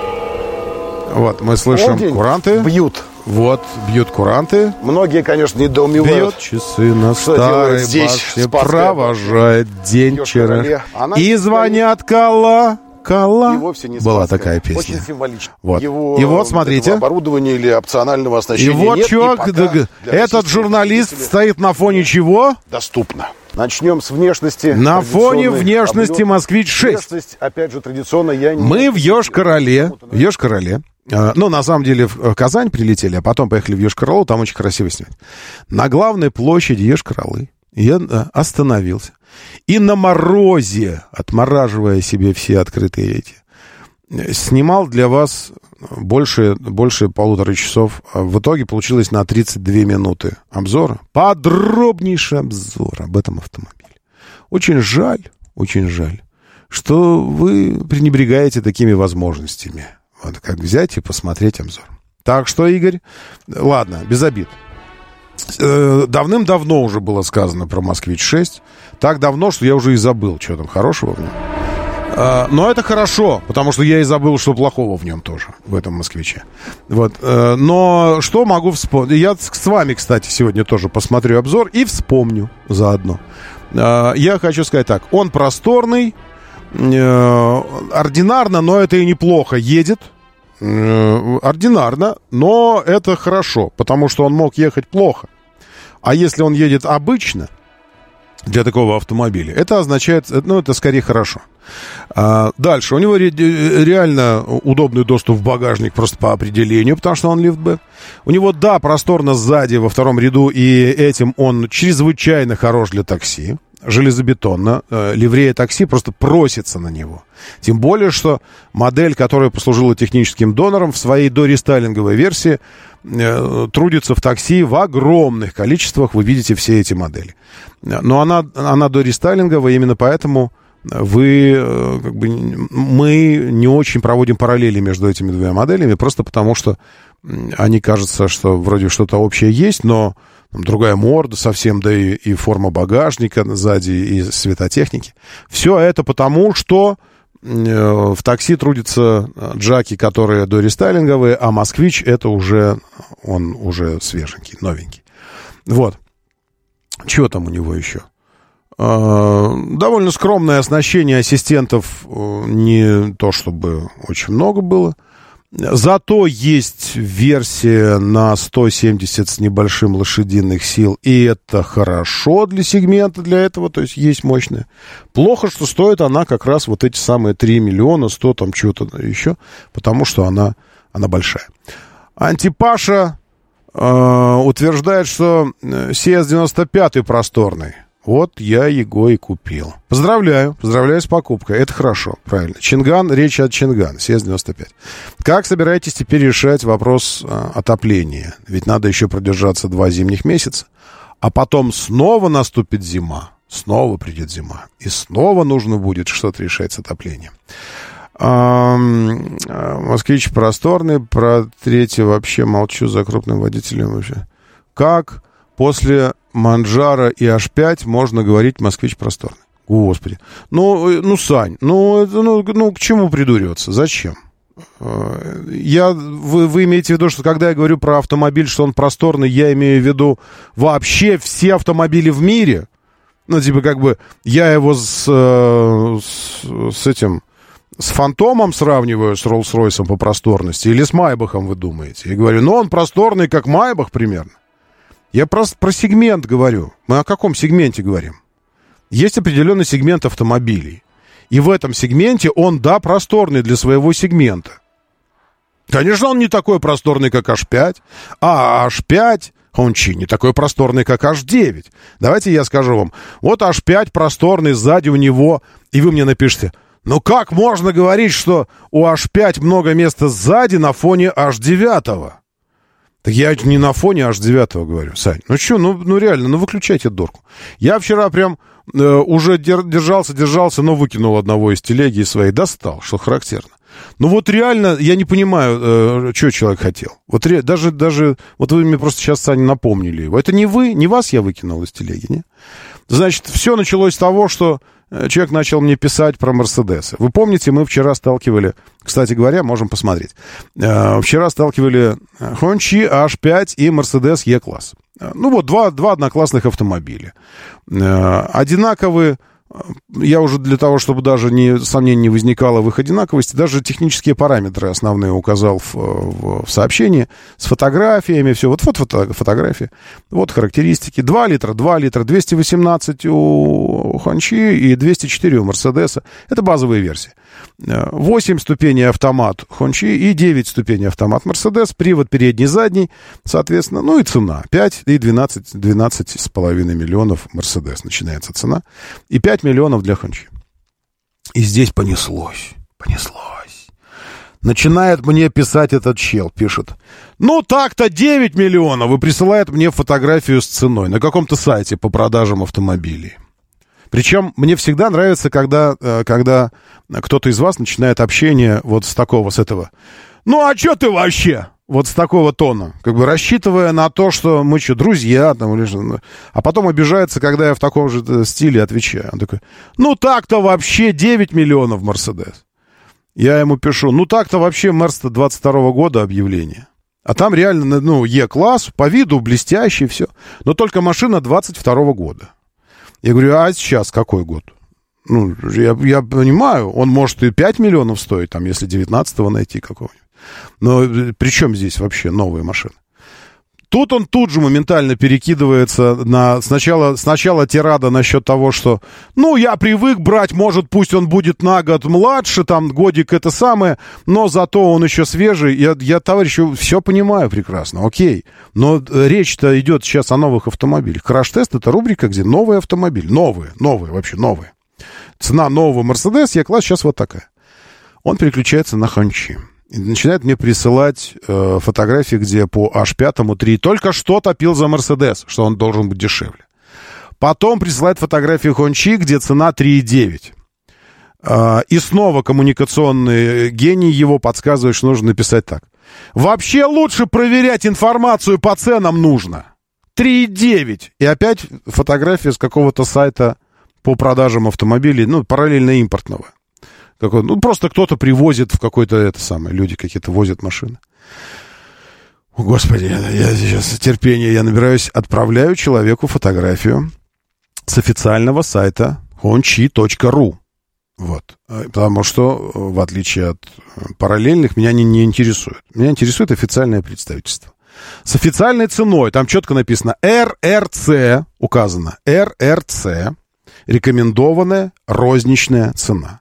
Вот, мы слышим куранты. Бьют. Вот, бьют куранты. Многие, конечно, недоумевают. Бьют часы на старой башне, провожает день вчера. И звонят колокола. И вовсе не была Спасская. Такая песня. Очень символично. Вот. И вот, смотрите. Оборудования или опционального оснащения и вот, нет, чувак, этот журналист стоит на фоне чего? Доступно. Начнем с внешности. На фоне внешности «Москвич-6». Внешность, опять же, традиционно Мы в Йошкар-Оле. Ну, на самом деле, в Казань прилетели, а потом поехали в Йошкар-Олу, там очень красиво снимать. На главной площади Йошкар-Олы я остановился. И на морозе, отмораживая себе все открытые снимал для вас больше 1,5 часов. В итоге получилось на 32 минуты обзора. Подробнейший обзор об этом автомобиле. Очень жаль, что вы пренебрегаете такими возможностями. Вот как взять и посмотреть обзор. Так что, Игорь, ладно, без обид. Давным-давно уже было сказано про «Москвич-6». Так давно, что я уже и забыл, что там хорошего в нем. Но это хорошо, потому что я и забыл, что плохого в нем тоже, в этом «Москвиче». Вот. Но что могу вспомнить? Я с вами, кстати, сегодня тоже посмотрю обзор и вспомню заодно. Я хочу сказать так. Он просторный, ординарно, но это и неплохо едет. Ординарно, но это хорошо, потому что он мог ехать плохо. А если он едет обычно для такого автомобиля, это означает, это скорее хорошо. Дальше, у него реально удобный доступ в багажник просто по определению, потому что он лифтбэк. У него, да, просторно сзади во втором ряду, и этим он чрезвычайно хорош для такси. Железобетонно. Ливрея такси просто просится на него. Тем более, что модель, которая послужила техническим донором, в своей дорестайлинговой версии трудится в такси в огромных количествах. Вы видите все эти модели. Но она дорестайлинговая, именно поэтому мы не очень проводим параллели между этими двумя моделями, просто потому что они кажется, что вроде что-то общее есть, но другая морда совсем, да и форма багажника сзади, и светотехники. Все это потому, что в такси трудятся джаки, которые дорестайлинговые, а «Москвич» это он уже свеженький, новенький. Вот. Чего там у него еще? Довольно скромное оснащение ассистентов, не то чтобы очень много было. Зато есть версия на 170 с небольшим лошадиных сил, и это хорошо для сегмента, для этого, то есть есть мощная. Плохо, что стоит она как раз вот эти самые 3 миллиона 100 там чего-то еще, потому что она большая. Антипаша утверждает, что CS-95 просторный. Вот я его и купил. Поздравляю с покупкой. Это хорошо, правильно. Чинган, речь о Чинган, CS-95. Как собираетесь теперь решать вопрос отопления? Ведь надо еще продержаться 2 зимних месяца. А потом снова наступит зима. Снова придет зима. И снова нужно будет что-то решать с отоплением. Москвич просторный. Про третий вообще молчу, за крупным водителем вообще. Как после Манджаро и H5 можно говорить «Москвич просторный»? Господи. Ну, Сань, к чему придуриваться? Зачем? Вы имеете в виду, что когда я говорю про автомобиль, что он просторный, я имею в виду вообще все автомобили в мире? Ну, типа, как бы, я его с Фантомом сравниваю, с Роллс-Ройсом по просторности, или с Майбахом, вы думаете? И говорю, он просторный, как Майбах примерно. Я просто про сегмент говорю. Мы о каком сегменте говорим? Есть определенный сегмент автомобилей. И в этом сегменте он, да, просторный для своего сегмента. Конечно, он не такой просторный, как H5. А H5, он не такой просторный, как H9. Давайте я скажу вам. Вот H5 просторный, сзади у него, и вы мне напишите, как можно говорить, что у H5 много места сзади на фоне H9? Так я не на фоне аж 9-го говорю, Сань. Ну что, ну реально, выключайте дурку. Я вчера прям уже держался, но выкинул одного из телеги своей, достал, что характерно. Ну вот реально, я не понимаю, что человек хотел. Вот даже вот вы мне просто сейчас, Саня, напомнили его. Это не вас я выкинул из телеги, не? Значит, все началось с того, что человек начал мне писать про Мерседесы. Вы помните, мы вчера сталкивали, кстати говоря, можем посмотреть. Вчера сталкивали Hongqi H5 и Mercedes E-класс. Ну вот, два одноклассных автомобиля. Одинаковые. Я уже для того, чтобы даже сомнений не возникало в их одинаковости, даже технические параметры основные указал в сообщении с фотографиями, все. Вот фотографии, вот характеристики. 2 литра, 218 у Hongqi и 204 у Мерседеса. Это базовые версии. 8 ступеней автомат Hongqi и 9 ступеней автомат Mercedes, привод передний, задний, соответственно, ну и цена. 5 и 12,5 миллионов Mercedes начинается цена. И 5 миллионов для Hongqi. И здесь понеслось. Начинает мне писать этот чел, пишет. Ну так-то 9 миллионов, и присылает мне фотографию с ценой на каком-то сайте по продажам автомобилей. Причем мне всегда нравится, когда кто-то из вас начинает общение вот с этого. Ну, а что ты вообще? Вот с такого тона. Как бы рассчитывая на то, что мы что, друзья там или что. А потом обижается, когда я в таком же стиле отвечаю. Он такой, ну, так-то вообще 9 миллионов Мерседес. Я ему пишу, ну, так-то вообще Мерс 22 года объявление. А там реально, Е-класс, по виду блестящий, все. Но только машина 22 года. Я говорю, а сейчас какой год? Ну, я понимаю, он может и 5 миллионов стоить, там, если 19-го найти какого-нибудь. Но при чем здесь вообще новые машины? Тут он тут же моментально перекидывается на сначала тирада насчет того, что, я привык брать, может, пусть он будет на год младше, там, годик это самое, но зато он еще свежий. Я товарищу, все понимаю прекрасно, окей. Но речь-то идет сейчас о новых автомобилях. Краш-тест — это рубрика, где новый автомобиль. Новые, вообще новые. Цена нового Mercedes E-класс сейчас вот такая. Он переключается на Hongqi. И начинает мне присылать фотографии, где по H5 3 только что топил за Mercedes, что он должен быть дешевле. Потом присылает фотографии Hongqi, где цена 3,9. И снова коммуникационный гений его подсказывает, что нужно написать так. Вообще лучше проверять информацию по ценам нужно. 3,9. И опять фотография с какого-то сайта по продажам автомобилей, параллельно импортного. Просто кто-то привозит в какой-то люди какие-то возят машины. О, Господи, я сейчас терпение, я набираюсь, отправляю человеку фотографию с официального сайта hongqi.ru. Вот. Потому что, в отличие от параллельных, меня не интересует. Меня интересует официальное представительство. С официальной ценой, там четко написано РРЦ, указано РРЦ, рекомендованная розничная цена.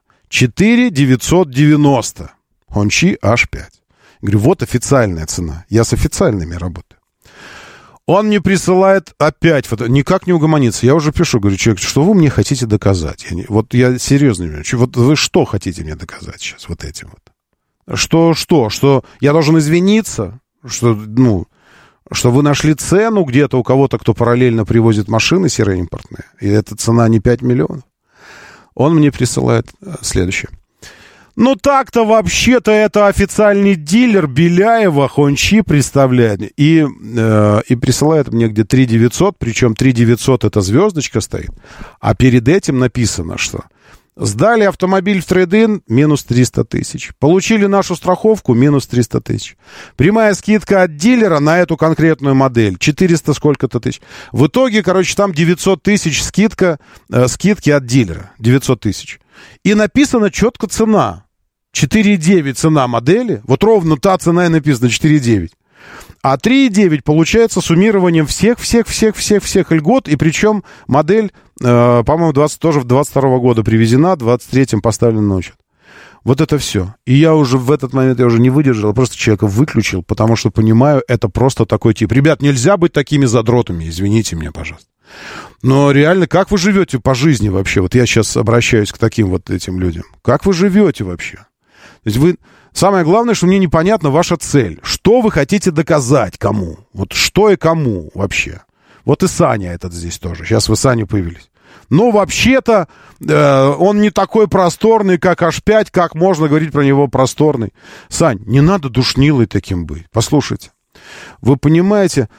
4,990. Hongqi H5. Я говорю, вот официальная цена. Я с официальными работаю. Он мне присылает опять фото. Никак не угомонится. Я уже пишу, говорю, человек, что вы мне хотите доказать? Я серьезно говорю, вот вы что хотите мне доказать сейчас вот этим вот? Что я должен извиниться? Что вы нашли цену где-то у кого-то, кто параллельно привозит машины сероимпортные, и эта цена не 5 миллионов? Он мне присылает следующее. Так-то вообще-то это официальный дилер Беляева, Hongqi представляет. И присылает мне где 3,900, причем 3,900 это звездочка стоит. А перед этим написано, что сдали автомобиль в трейд-ин — минус 300 тысяч. Получили нашу страховку — минус 300 тысяч. Прямая скидка от дилера на эту конкретную модель — 400 сколько-то тысяч. В итоге, там 900 тысяч скидки от дилера. 900 тысяч. И написана четко цена. 4,9 цена модели. Вот ровно та цена и написана 4,9. А 3,9 получается суммированием всех льгот. И причем модель, по-моему, тоже в 22 года привезена, в 23-м поставлена на учет. Вот это все. И я уже в этот момент не выдержал, просто человека выключил, потому что понимаю, это просто такой тип. Ребят, нельзя быть такими задротами, извините меня, пожалуйста. Но реально, как вы живете по жизни вообще? Вот я сейчас обращаюсь к таким вот этим людям. Как вы живете вообще? есть вы... Самое главное, что мне непонятна ваша цель. Что вы хотите доказать кому? Вот что и кому вообще? Вот и Саня этот здесь тоже. Сейчас вы Саню появились. Но вообще-то он не такой просторный, как H5. Как можно говорить про него просторный? Сань, не надо душнилой таким быть. Послушайте. Вы понимаете,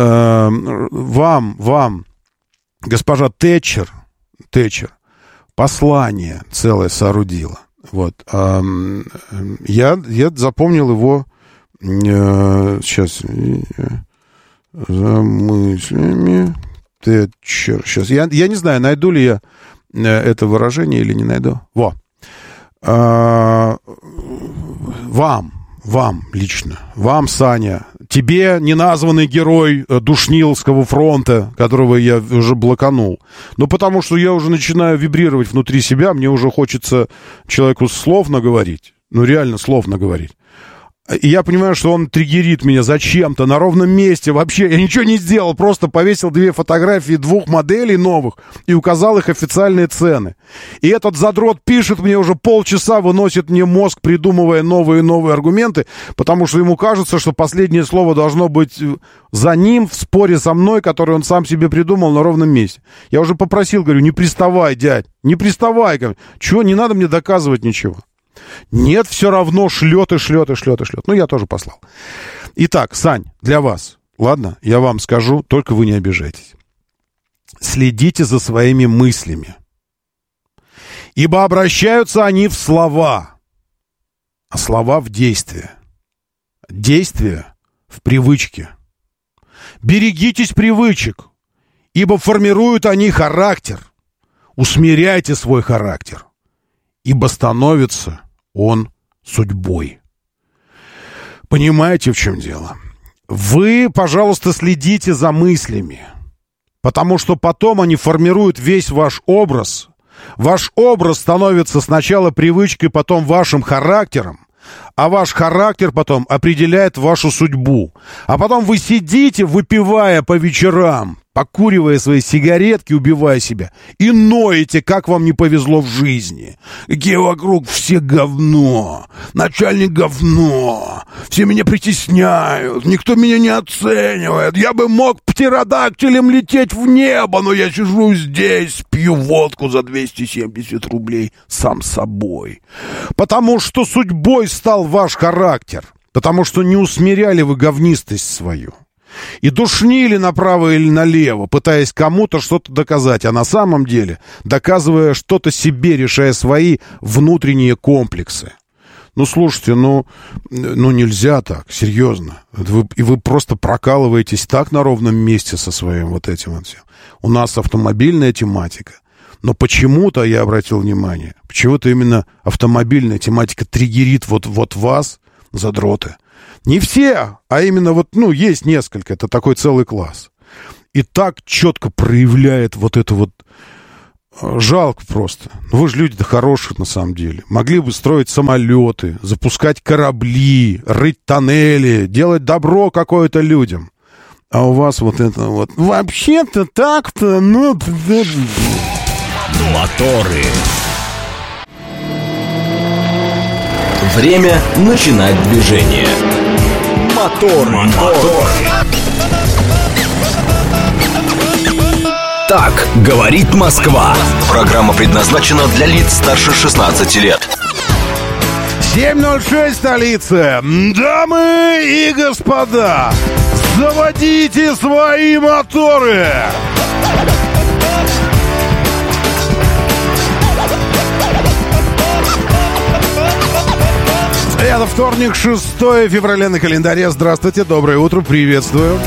вам, госпожа Тэтчер, послание целое соорудила. Вот. Я запомнил его сейчас за мыслями Тэтчер. Сейчас. Я не знаю, найду ли я это выражение или не найду. Во. Вам лично. Вам, Саня. Тебе неназванный герой Душниловского фронта, которого я уже блоканул. Ну, потому что я уже начинаю вибрировать внутри себя, мне уже хочется человеку слов наговорить. Ну, реально слов наговорить. И я понимаю, что он триггерит меня зачем-то на ровном месте. Вообще, я ничего не сделал, просто повесил 2 фотографии 2 моделей новых и указал их официальные цены. И этот задрот пишет мне уже полчаса, выносит мне мозг, придумывая новые и новые аргументы, потому что ему кажется, что последнее слово должно быть за ним в споре со мной, который он сам себе придумал на ровном месте. Я уже попросил, говорю, не приставай, дядь, не приставай. Чего, не надо мне доказывать ничего. Нет, все равно шлет. Ну, я тоже послал. Итак, Сань, для вас, ладно, я вам скажу, только вы не обижайтесь. Следите за своими мыслями. Ибо обращаются они в слова, а слова в действие. Действие в привычке. Берегитесь привычек, ибо формируют они характер. Усмиряйте свой характер, ибо становится он судьбой. Понимаете, в чем дело? Вы, пожалуйста, следите за мыслями, потому что потом они формируют весь ваш образ. Ваш образ становится сначала привычкой, потом вашим характером, а ваш характер потом определяет вашу судьбу. А потом вы сидите, выпивая по вечерам, покуривая свои сигаретки, убивая себя, и ноете, как вам не повезло в жизни. Какие вокруг все говно, начальник говно, все меня притесняют, никто меня не оценивает. Я бы мог птеродактилем лететь в небо, но я сижу здесь, пью водку за 270 рублей сам собой. Потому что судьбой стал ваш характер, потому что не усмиряли вы говнистость свою. И душнили направо или налево, пытаясь кому-то что-то доказать, а на самом деле доказывая что-то себе, решая свои внутренние комплексы. Ну, слушайте, ну нельзя так, серьезно. И вы просто прокалываетесь так на ровном месте со своим вот этим вот всем. У нас автомобильная тематика. Но почему-то, я обратил внимание, почему-то именно автомобильная тематика триггерит вот вас, задроты. Не все, а именно вот, есть несколько, это такой целый класс. И так четко проявляет вот это вот, жалко просто. Ну, вы же люди-то хорошие на самом деле. Могли бы строить самолеты, запускать корабли, рыть тоннели, делать добро какое-то людям. А у вас вот это вот, вообще-то так-то, Моторы. Время начинать движение. Мотор. Так говорит Москва. Программа предназначена для лиц старше 16 лет. 7:06 столица. Дамы и господа, заводите свои моторы. Это вторник, 6 февраля на календаре. Здравствуйте, доброе утро, приветствую.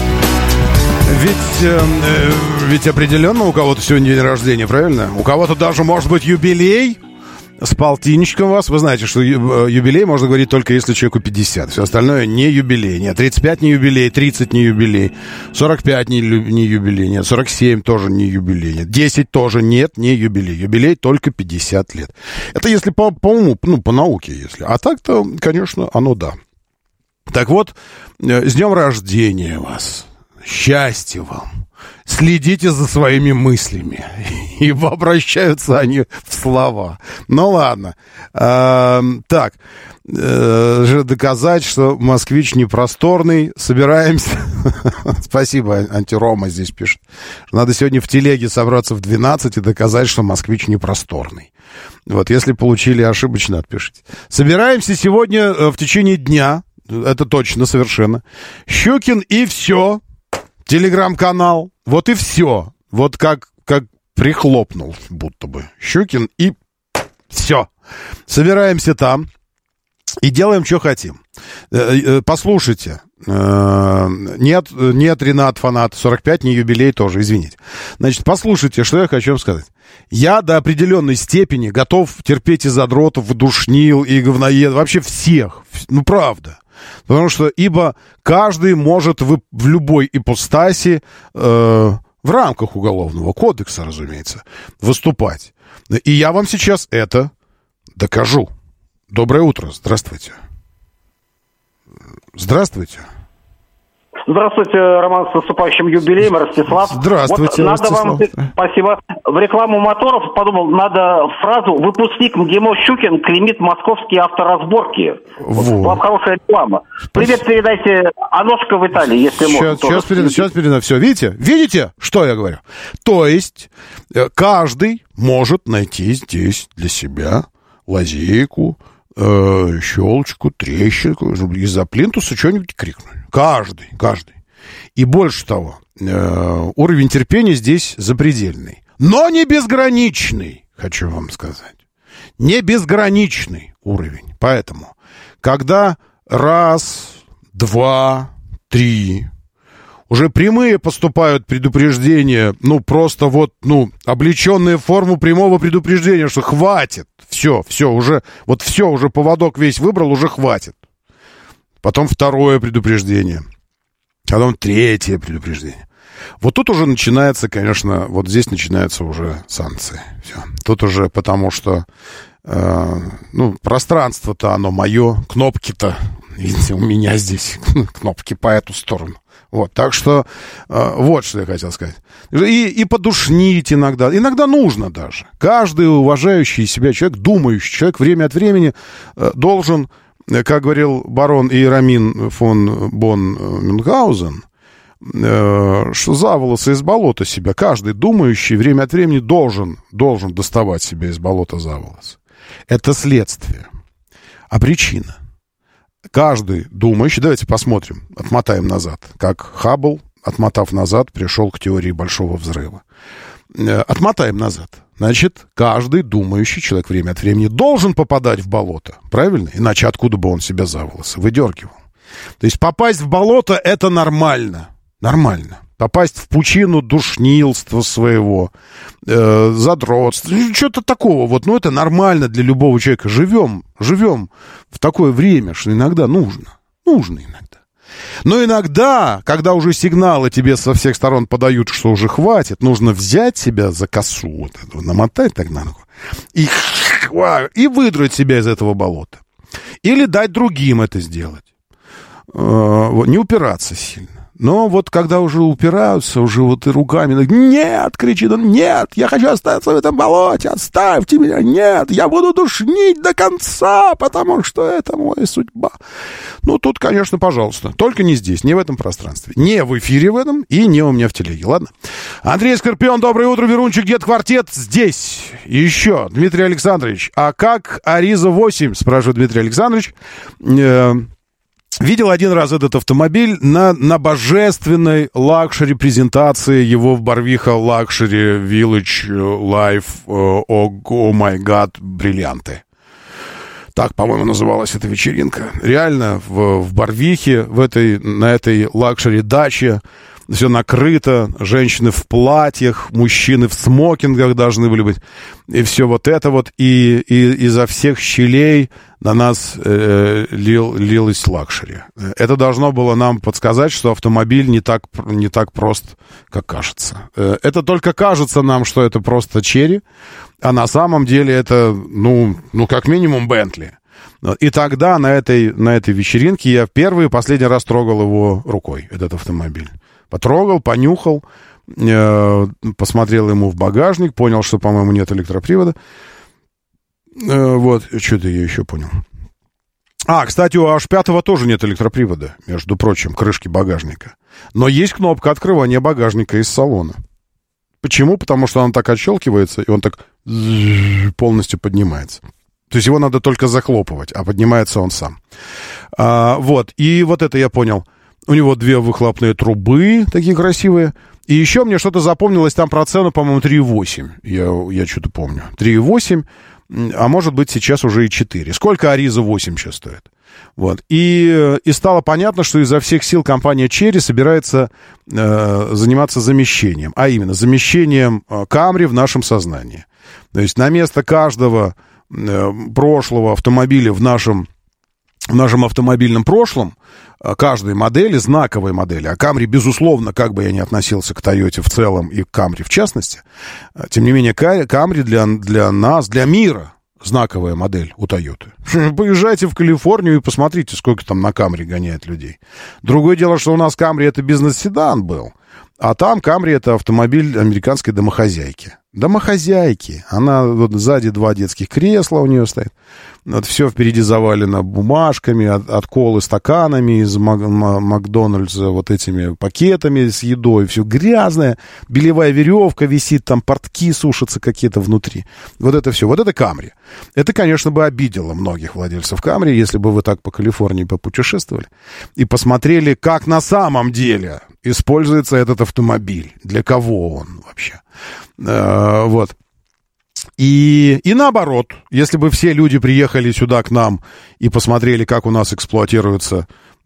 Ведь определенно у кого-то сегодня день рождения, правильно? У кого-то даже может быть юбилей. С полтинничком вас. Вы знаете, что юбилей можно говорить только если человеку 50. Все остальное не юбилей. Нет, 35 не юбилей, 30 не юбилей, 45 не юбилей, нет, 47 тоже не юбилей, нет, 10 тоже нет, не юбилей. Юбилей только 50 лет. Это если по уму, по науке, если. А так-то, конечно, оно да. Так вот, с днем рождения вас. счастья вам. Следите за своими мыслями. Ибо обращаются они в слова. Ну, ладно. Так. Доказать, что москвич непросторный. Собираемся. Спасибо, антирома здесь пишет. Надо сегодня в телеге собраться в 12 и доказать, что москвич непросторный. Вот, если получили ошибочно, отпишите. Собираемся сегодня в течение дня. Это точно, совершенно. Щукин и все. Телеграм-канал. Вот и все. Вот как прихлопнул, будто бы. Щукин и все. Собираемся там и делаем, что хотим. Послушайте. Нет, Ренат Фанат, 45, не юбилей тоже, извините. Значит, послушайте, что я хочу вам сказать. Я до определенной степени готов терпеть и задротов, и душнил, и говноед, вообще всех. Ну, правда. Потому что, ибо каждый может в любой ипостаси, в рамках Уголовного кодекса, разумеется, выступать. И я вам сейчас это докажу. Доброе утро, здравствуйте. Здравствуйте. Здравствуйте, Роман, с наступающим юбилеем, Ростислав. Здравствуйте, вот надо Ростислав. вам, спасибо. В рекламу моторов подумал, надо фразу «Выпускник МГИМО Щукин клеймит московские авторазборки». Вот. Вам хорошая реклама. Привет передайте Аношка в Италии, если можно. Сейчас передам. Все, видите, что я говорю? То есть каждый может найти здесь для себя лазейку, щелочку, трещинку, из-за плинтуса что-нибудь крикнуть. Каждый. И больше того, уровень терпения здесь запредельный. Но не безграничный, хочу вам сказать. Не безграничный уровень. Поэтому, когда раз, два, три, уже прямые поступают предупреждения, просто облеченные в форму прямого предупреждения, что хватит, все, уже поводок весь выбрал, уже хватит. Потом второе предупреждение, потом третье предупреждение. Вот тут уже начинается, конечно, вот здесь начинаются уже санкции. Все. Тут уже потому что, пространство-то оно мое, кнопки-то, видите, у меня здесь кнопки по эту сторону. Вот, так что, вот что я хотел сказать. И подушнить иногда. Иногда нужно даже. Каждый уважающий себя человек, думающий человек время от времени должен, как говорил барон Иеромин фон бон Мюнхгаузен, что за волосы из болота себя каждый думающий время от времени должен доставать себя из болота за волосы. Это следствие. А причина? Каждый думающий, давайте посмотрим, отмотаем назад, как Хаббл, отмотав назад, пришел к теории Большого взрыва. Отмотаем назад. Значит, каждый думающий человек время от времени должен попадать в болото, правильно? Иначе откуда бы он себя за волосы выдергивал? То есть попасть в болото — это нормально. Нормально. Попасть в пучину душнилства своего, задротства, что-то такого. Это нормально для любого человека. Живем в такое время, что иногда нужно. Нужно иногда. Но иногда, когда уже сигналы тебе со всех сторон подают, что уже хватит, нужно взять себя за косу, намотать так на ногу и выдрать себя из этого болота. Или дать другим это сделать. Не упираться сильно. Но вот когда уже упираются, уже и руками, нет, кричит он, нет, я хочу остаться в этом болоте, оставьте меня, нет, я буду душнить до конца, потому что это моя судьба. Тут, конечно, пожалуйста, только не здесь, не в этом пространстве, не в эфире в этом и не у меня в телеге, ладно? Андрей Скорпион, доброе утро, Верунчик, Дед Квартет здесь. И еще, Дмитрий Александрович, а как Ариза 8, спрашивает Дмитрий Александрович, видел один раз этот автомобиль на божественной лакшери-презентации его в Барвиха Luxury Village Life. О май гад, бриллианты. Так, по-моему, называлась эта вечеринка. Реально, в Барвихе, на этой лакшери-даче все накрыто, женщины в платьях, мужчины в смокингах должны были быть. И все и изо всех щелей на нас лилось лакшери. Это должно было нам подсказать, что автомобиль не так прост, как кажется. Это только кажется нам, что это просто черри, а на самом деле это, как минимум Бентли. И тогда на этой вечеринке я первый и последний раз трогал его рукой, этот автомобиль. Потрогал, понюхал, посмотрел ему в багажник, понял, что, по-моему, нет электропривода. Вот, что-то я еще понял. Кстати, у H5 тоже нет электропривода, между прочим, крышки багажника. Но есть кнопка открывания багажника из салона. Почему? Потому что он так отщелкивается, и он так полностью поднимается. То есть его надо только захлопывать, а поднимается он сам. Вот, и вот это я понял. У него 2 выхлопные трубы, такие красивые. И еще мне что-то запомнилось там про цену, по-моему, 3,8. Я что-то помню. 3,8, а может быть сейчас уже и 4. Сколько Ариза 8 сейчас стоит? Вот. И стало понятно, что изо всех сил компания Chery собирается заниматься замещением. А именно, замещением Camry в нашем сознании. То есть на место каждого прошлого автомобиля в нашем автомобильном прошлом, каждой модели, знаковой модели, а Camry, безусловно, как бы я ни относился к Toyota в целом и к Camry в частности, тем не менее, Camry для нас, для мира, знаковая модель у Toyota. Поезжайте в Калифорнию и посмотрите, сколько там на Camry гоняет людей. Другое дело, что у нас Camry это бизнес-седан был, а там Camry это автомобиль американской домохозяйки. Домохозяйки. Она вот сзади 2 детских кресла у нее стоит. Вот все впереди завалено бумажками, от колы стаканами из Макдональдса, вот этими пакетами с едой. Все грязное. Белевая веревка висит, там портки сушатся какие-то внутри. Вот это все. Вот это Camry. Это, конечно, бы обидело многих владельцев Camry, если бы вы так по Калифорнии попутешествовали и посмотрели, как на самом деле используется этот автомобиль. Для кого он вообще? Вот. И наоборот, если бы все люди приехали сюда к нам и посмотрели, как у нас эксплуатируется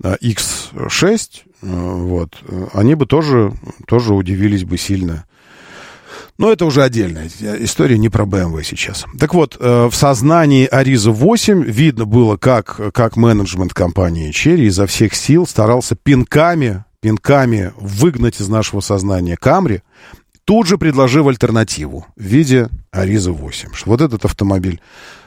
X6, вот, они бы тоже удивились бы сильно. Но это уже отдельная история, не про BMW сейчас. Так вот, в сознании Ariza 8 видно было, как менеджмент компании Chery изо всех сил старался пинками выгнать из нашего сознания Camry, тут же предложив альтернативу в виде Ariza 8. Вот этот автомобиль.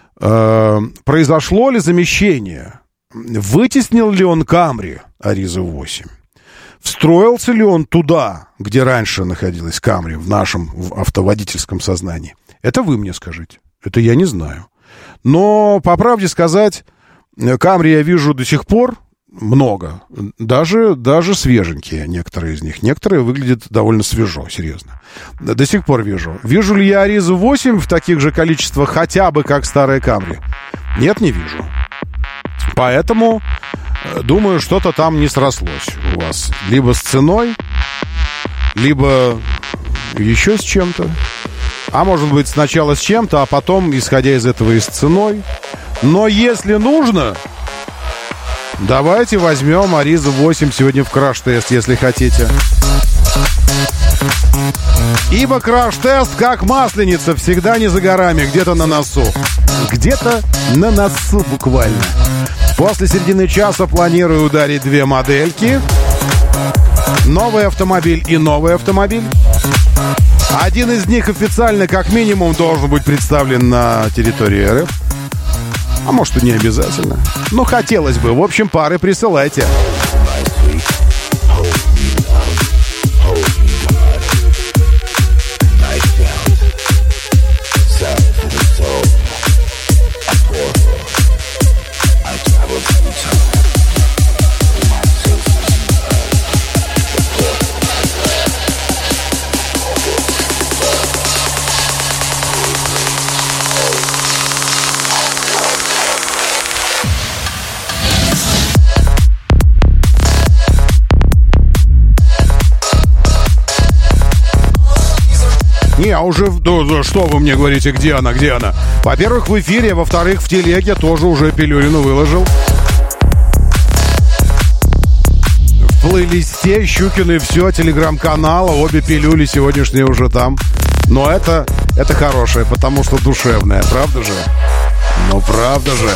Произошло ли замещение? Вытеснил ли он Camry Ariza 8? Встроился ли он туда, где раньше находилась Camry, в нашем автоводительском сознании? Это вы мне скажите. Это я не знаю. Но, по правде сказать, Camry я вижу до сих пор много. Даже свеженькие некоторые из них. Некоторые выглядят довольно свежо, серьезно. До сих пор вижу. Вижу ли я Ariza 8 в таких же количествах, хотя бы как старая Camry? Нет, не вижу. Поэтому, думаю, что-то там не срослось у вас. Либо с ценой, либо еще с чем-то. А может быть, сначала с чем-то, а потом, исходя из этого, и с ценой. Но если нужно, давайте возьмем Ariza 8 сегодня в краш-тест, если хотите. Ибо краш-тест, как масленица, всегда не за горами, где-то на носу. Где-то на носу буквально. После середины часа планирую ударить 2 модельки. Новый автомобиль и новый автомобиль. Один из них официально, как минимум, должен быть представлен на территории РФ. А может и не обязательно. Но хотелось бы. В общем, пары присылайте. Не, а уже... Да, что вы мне говорите, где она? Во-первых, в эфире, во-вторых, в телеге тоже уже пилюлину выложил. В плейлисте Щукины все, телеграм-канала, обе пилюли сегодняшние уже там. Но это хорошее, потому что душевное, правда же? Ну, правда же.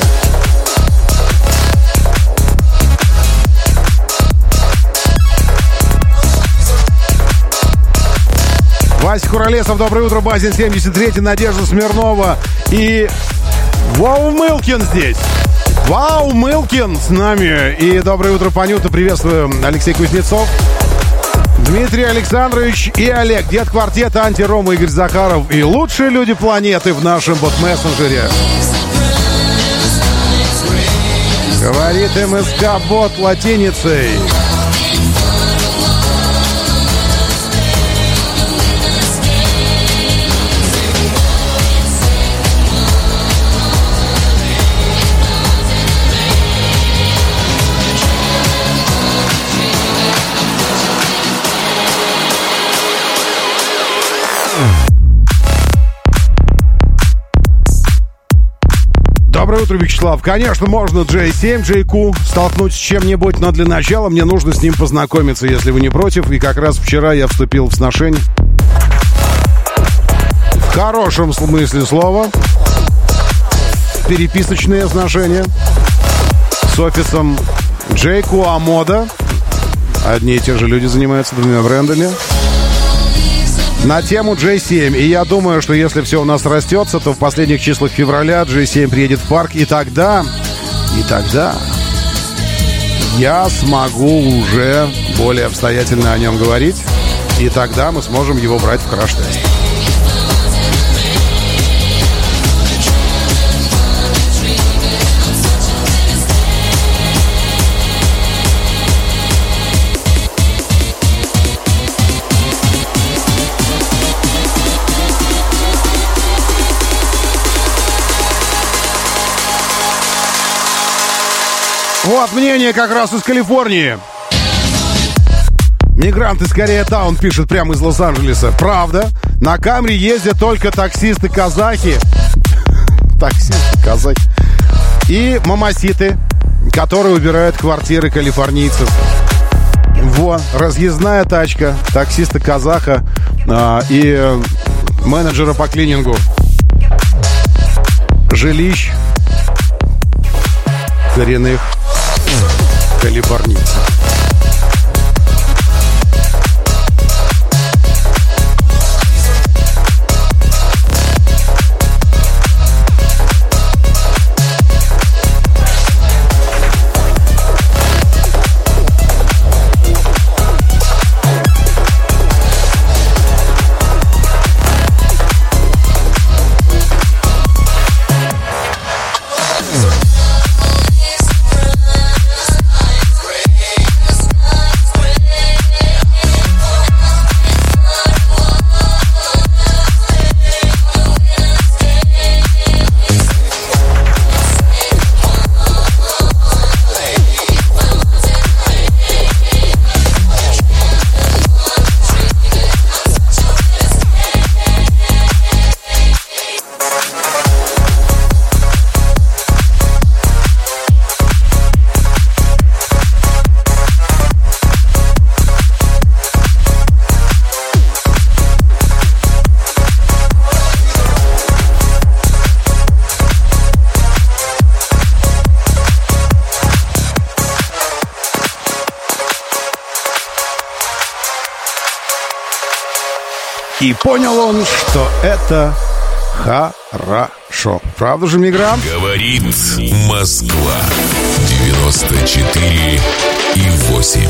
Вася Куролесов, доброе утро, Базин 73-й, Надежда Смирнова и Вау Мылкин здесь. Вау Мылкин с нами. И доброе утро, Панюта, приветствую, Алексей Кузнецов. Дмитрий Александрович и Олег, дед квартета Антирома, Игорь Захаров и лучшие люди планеты в нашем бот-мессенджере. Говорит МСК-бот латиницей. Доброе утро, Вячеслав. Конечно, можно J7, JQ столкнуть с чем-нибудь, но для начала мне нужно с ним познакомиться, если вы не против. И как раз вчера я вступил в сношение. В хорошем смысле слова. Переписочные сношения с офисом JQ Амода. Одни и те же люди занимаются двумя брендами. На тему J7. И я думаю, что если все у нас растется, то в последних числах февраля J7 приедет в парк. И тогда я смогу уже более обстоятельно о нем говорить. И тогда мы сможем его брать в краш-тест. Вот мнение как раз из Калифорнии. Мигранты из Кореятаун пишет прямо из Лос-Анджелеса. Правда, на Камри ездят только таксисты-казахи. Таксисты-казахи. И мамаситы, которые убирают квартиры калифорнийцев. Вот, разъездная тачка таксиста-казаха и менеджера по клинингу жилищ коренных калифорнийцев. И понял он, что это хорошо. Правда же, мигрант? Говорит Москва. 94,8.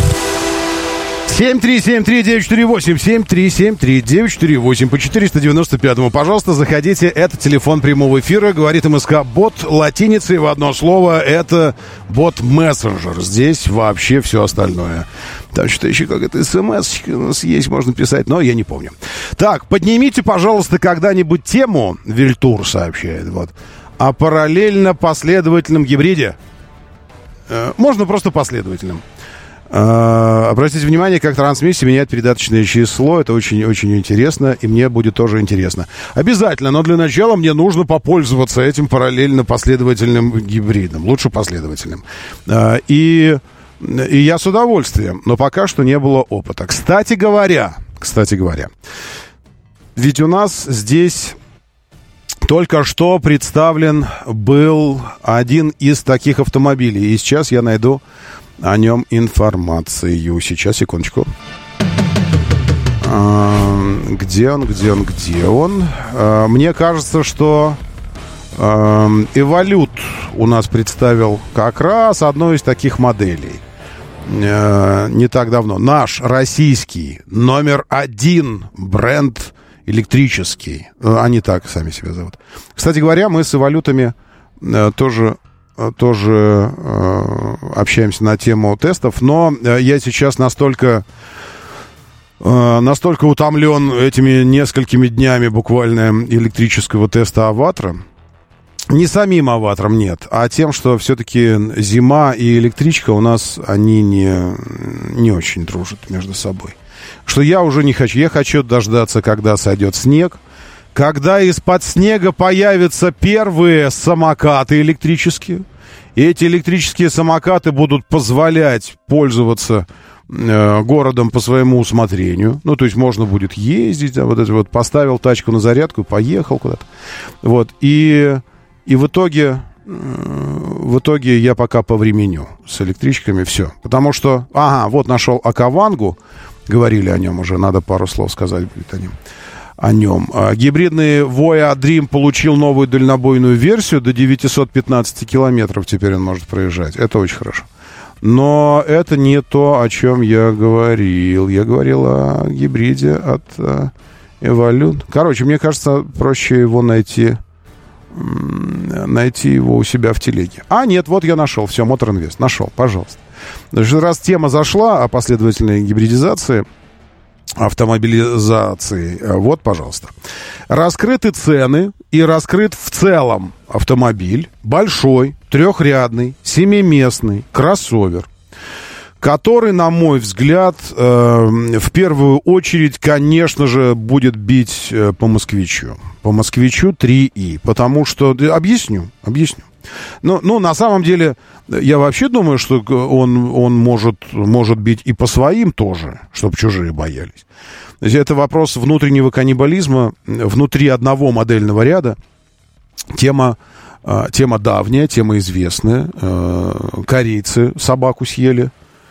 7373948, 7373948 по 495-му. Пожалуйста, заходите. Это телефон прямого эфира. Говорит МСК бот латиницей в одно слово. Это бот-мессенджер. Здесь вообще все остальное. Там что-то еще какая-то смс у нас есть, можно писать, но я не помню. Так, поднимите, пожалуйста, когда-нибудь тему, Вильтур сообщает, вот, о параллельно-последовательном гибриде. Можно просто последовательным. Обратите внимание, как трансмиссия меняет передаточное число. Это очень-очень интересно, и мне будет тоже интересно. Обязательно, но для начала мне нужно попользоваться этим параллельно-последовательным гибридом. Лучше последовательным. И я с удовольствием, но пока что не было опыта. Кстати говоря, ведь у нас здесь только что представлен был один из таких автомобилей. И сейчас я найду о нем информацию. Сейчас, секундочку. Где он? Мне кажется, что Эволют у нас представил как раз одну из таких моделей. не так давно. Наш российский номер 1 бренд электрический. Они так сами себя зовут. Кстати говоря, мы с Эволютами тоже общаемся на тему тестов, но я сейчас настолько утомлен этими несколькими днями буквально электрического теста «Аватара». Не самим «Аватаром», нет, а тем, что все-таки зима и электричка у нас, они не очень дружат между собой. Что я уже не хочу. Я хочу дождаться, когда сойдет снег, когда из-под снега появятся первые самокаты электрические. И эти электрические самокаты будут позволять пользоваться городом по своему усмотрению. Ну, то есть можно будет ездить, вот это вот, поставил тачку на зарядку и поехал куда-то. Вот, и в итоге я пока повременю с электричками, все. Потому что, вот нашел Акавангу, говорили о нем уже, надо пару слов сказать будет о нем. Гибридный Voya Dream получил новую дальнобойную версию, до 915 километров теперь он может проезжать. Это очень хорошо. Но это не то, о чем я говорил. Я говорил о гибриде от Evolute. Короче, мне кажется, проще его найти его у себя в телеге. Нет, вот я нашел. Все, Motor Invest. Нашел, пожалуйста. Значит, раз тема зашла о последовательной гибридизации, автомобилизации, вот, пожалуйста. Раскрыты цены и раскрыт в целом автомобиль. Большой, трехрядный, семиместный кроссовер, который, на мой взгляд, в первую очередь, конечно же, будет бить по «Москвичу». По «Москвичу» 3И. Потому что... Объясню. Ну, на самом деле, я вообще думаю, что он может бить и по своим тоже, чтобы чужие боялись. То есть это вопрос внутреннего каннибализма внутри одного модельного ряда. Тема давняя, тема известная. Корейцы собаку съели.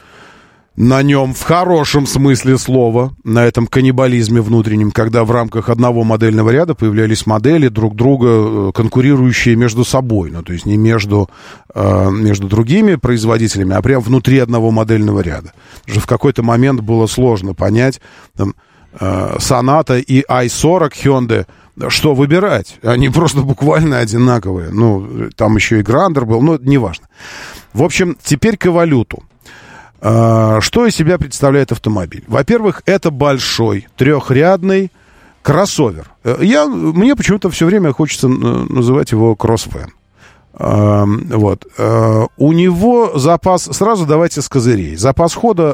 На нем в хорошем смысле слова, на этом каннибализме внутреннем, когда в рамках одного модельного ряда появлялись модели друг друга, конкурирующие между собой. Ну, то есть не между другими производителями, а прямо внутри одного модельного ряда. Уже в какой-то момент было сложно понять, там, Sonata и i40 Hyundai, что выбирать. Они просто буквально одинаковые. Ну, там еще и Грандер был, но неважно. В общем, теперь к Эволюту. Что из себя представляет автомобиль? Во-первых, это большой трехрядный кроссовер. Мне почему-то все время хочется называть его кроссвэн. Вот. У него запас, сразу давайте с козырей. Запас хода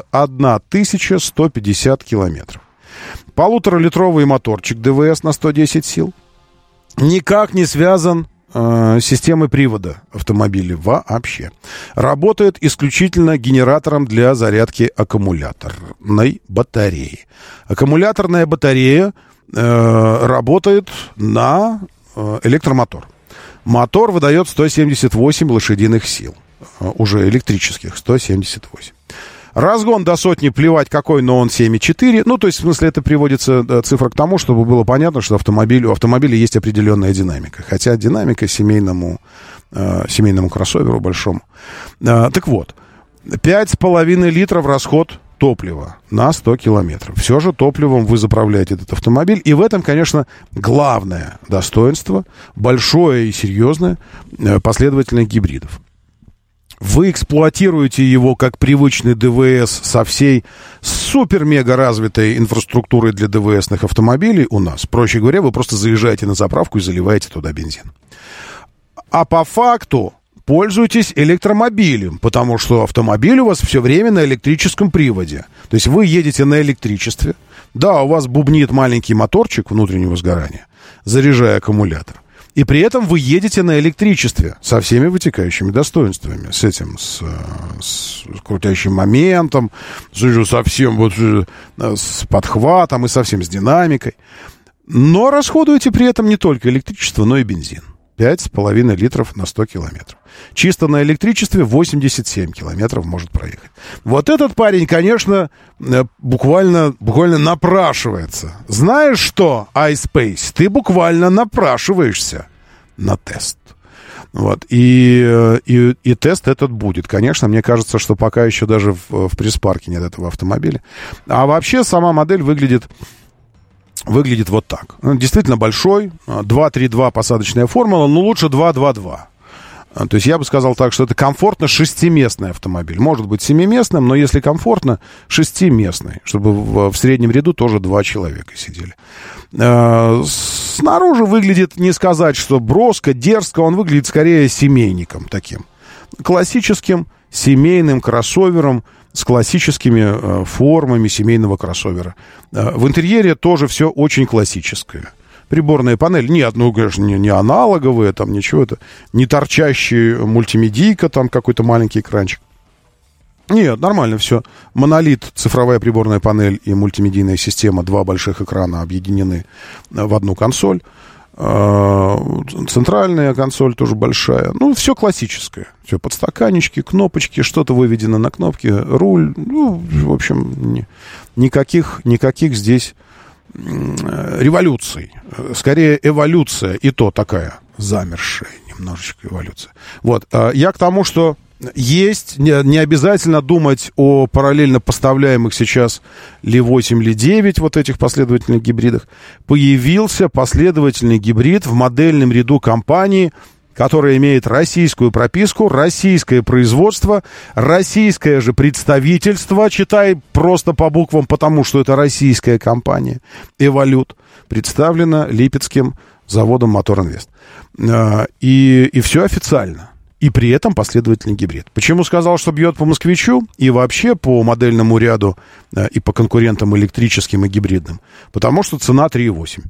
1150 километров. 1,5-литровый моторчик ДВС на 110 сил. Никак не связан системы привода автомобиля вообще. Работает исключительно генератором для зарядки аккумуляторной батареи. Аккумуляторная батарея работает на электромотор. Мотор выдает 178 лошадиных сил. Уже электрических 178. Разгон до сотни, плевать какой, но он 7,4. Ну, то есть, в смысле, это приводится цифра к тому, чтобы было понятно, что у автомобиля есть определенная динамика. Хотя динамика семейному кроссоверу большому. Так вот, 5,5 литров расход топлива на 100 километров. Все же топливом вы заправляете этот автомобиль. И в этом, конечно, главное достоинство, большое и серьезное, последовательных гибридов. Вы эксплуатируете его как привычный ДВС со всей супер-мега развитой инфраструктурой для ДВСных автомобилей у нас. Проще говоря, вы просто заезжаете на заправку и заливаете туда бензин. А по факту пользуйтесь электромобилем, потому что автомобиль у вас все время на электрическом приводе. То есть вы едете на электричестве. Да, у вас бубнит маленький моторчик внутреннего сгорания, заряжая аккумулятор. И при этом вы едете на электричестве со всеми вытекающими достоинствами. С этим, с крутящим моментом, со всем вот, с подхватом и совсем с динамикой. Но расходуете при этом не только электричество, но и бензин. 5,5 литров на 100 километров. Чисто на электричестве 87 километров может проехать. Вот этот парень, конечно, буквально напрашивается. Знаешь что, iSpace, ты буквально напрашиваешься на тест. Вот. И тест этот будет. Конечно, мне кажется, что пока еще даже в пресс-парке нет этого автомобиля. А вообще сама модель выглядит вот так. Он действительно большой. 2-3-2 посадочная формула, но лучше 2-2-2. То есть я бы сказал так, что это комфортно шестиместный автомобиль. Может быть семиместным, но если комфортно, шестиместный. Чтобы в среднем ряду тоже 2 человека сидели. Снаружи выглядит, не сказать, что броско, дерзко. Он выглядит скорее семейником таким. Классическим семейным кроссовером с классическими формами семейного кроссовера. В интерьере тоже все очень классическое. Приборная панель, нет, ну, конечно, не аналоговая, там ничего, это не торчащий мультимедийка, там какой-то маленький экранчик. Нет, нормально все. Монолит, цифровая приборная панель и мультимедийная система, 2 больших экрана объединены в одну консоль. Центральная консоль тоже большая. Ну, все классическое. Все подстаканнички, кнопочки, что-то выведено на кнопки, руль. Ну, в общем, никаких здесь революций. Скорее, эволюция. И то такая замершая немножечко эволюция. Вот. Я к тому, что есть, не обязательно думать о параллельно поставляемых сейчас Ли-8, Ли-9, вот этих последовательных гибридах. Появился последовательный гибрид в модельном ряду компании, которая имеет российскую прописку, российское производство, российское же представительство, читай просто по буквам, потому что это российская компания, «Эволют», представлена Липецким заводом «Мотор Инвест». И все официально. И при этом последовательный гибрид. Почему сказал, что бьет по «Москвичу» и вообще по модельному ряду и по конкурентам электрическим и гибридным? Потому что цена 3,8.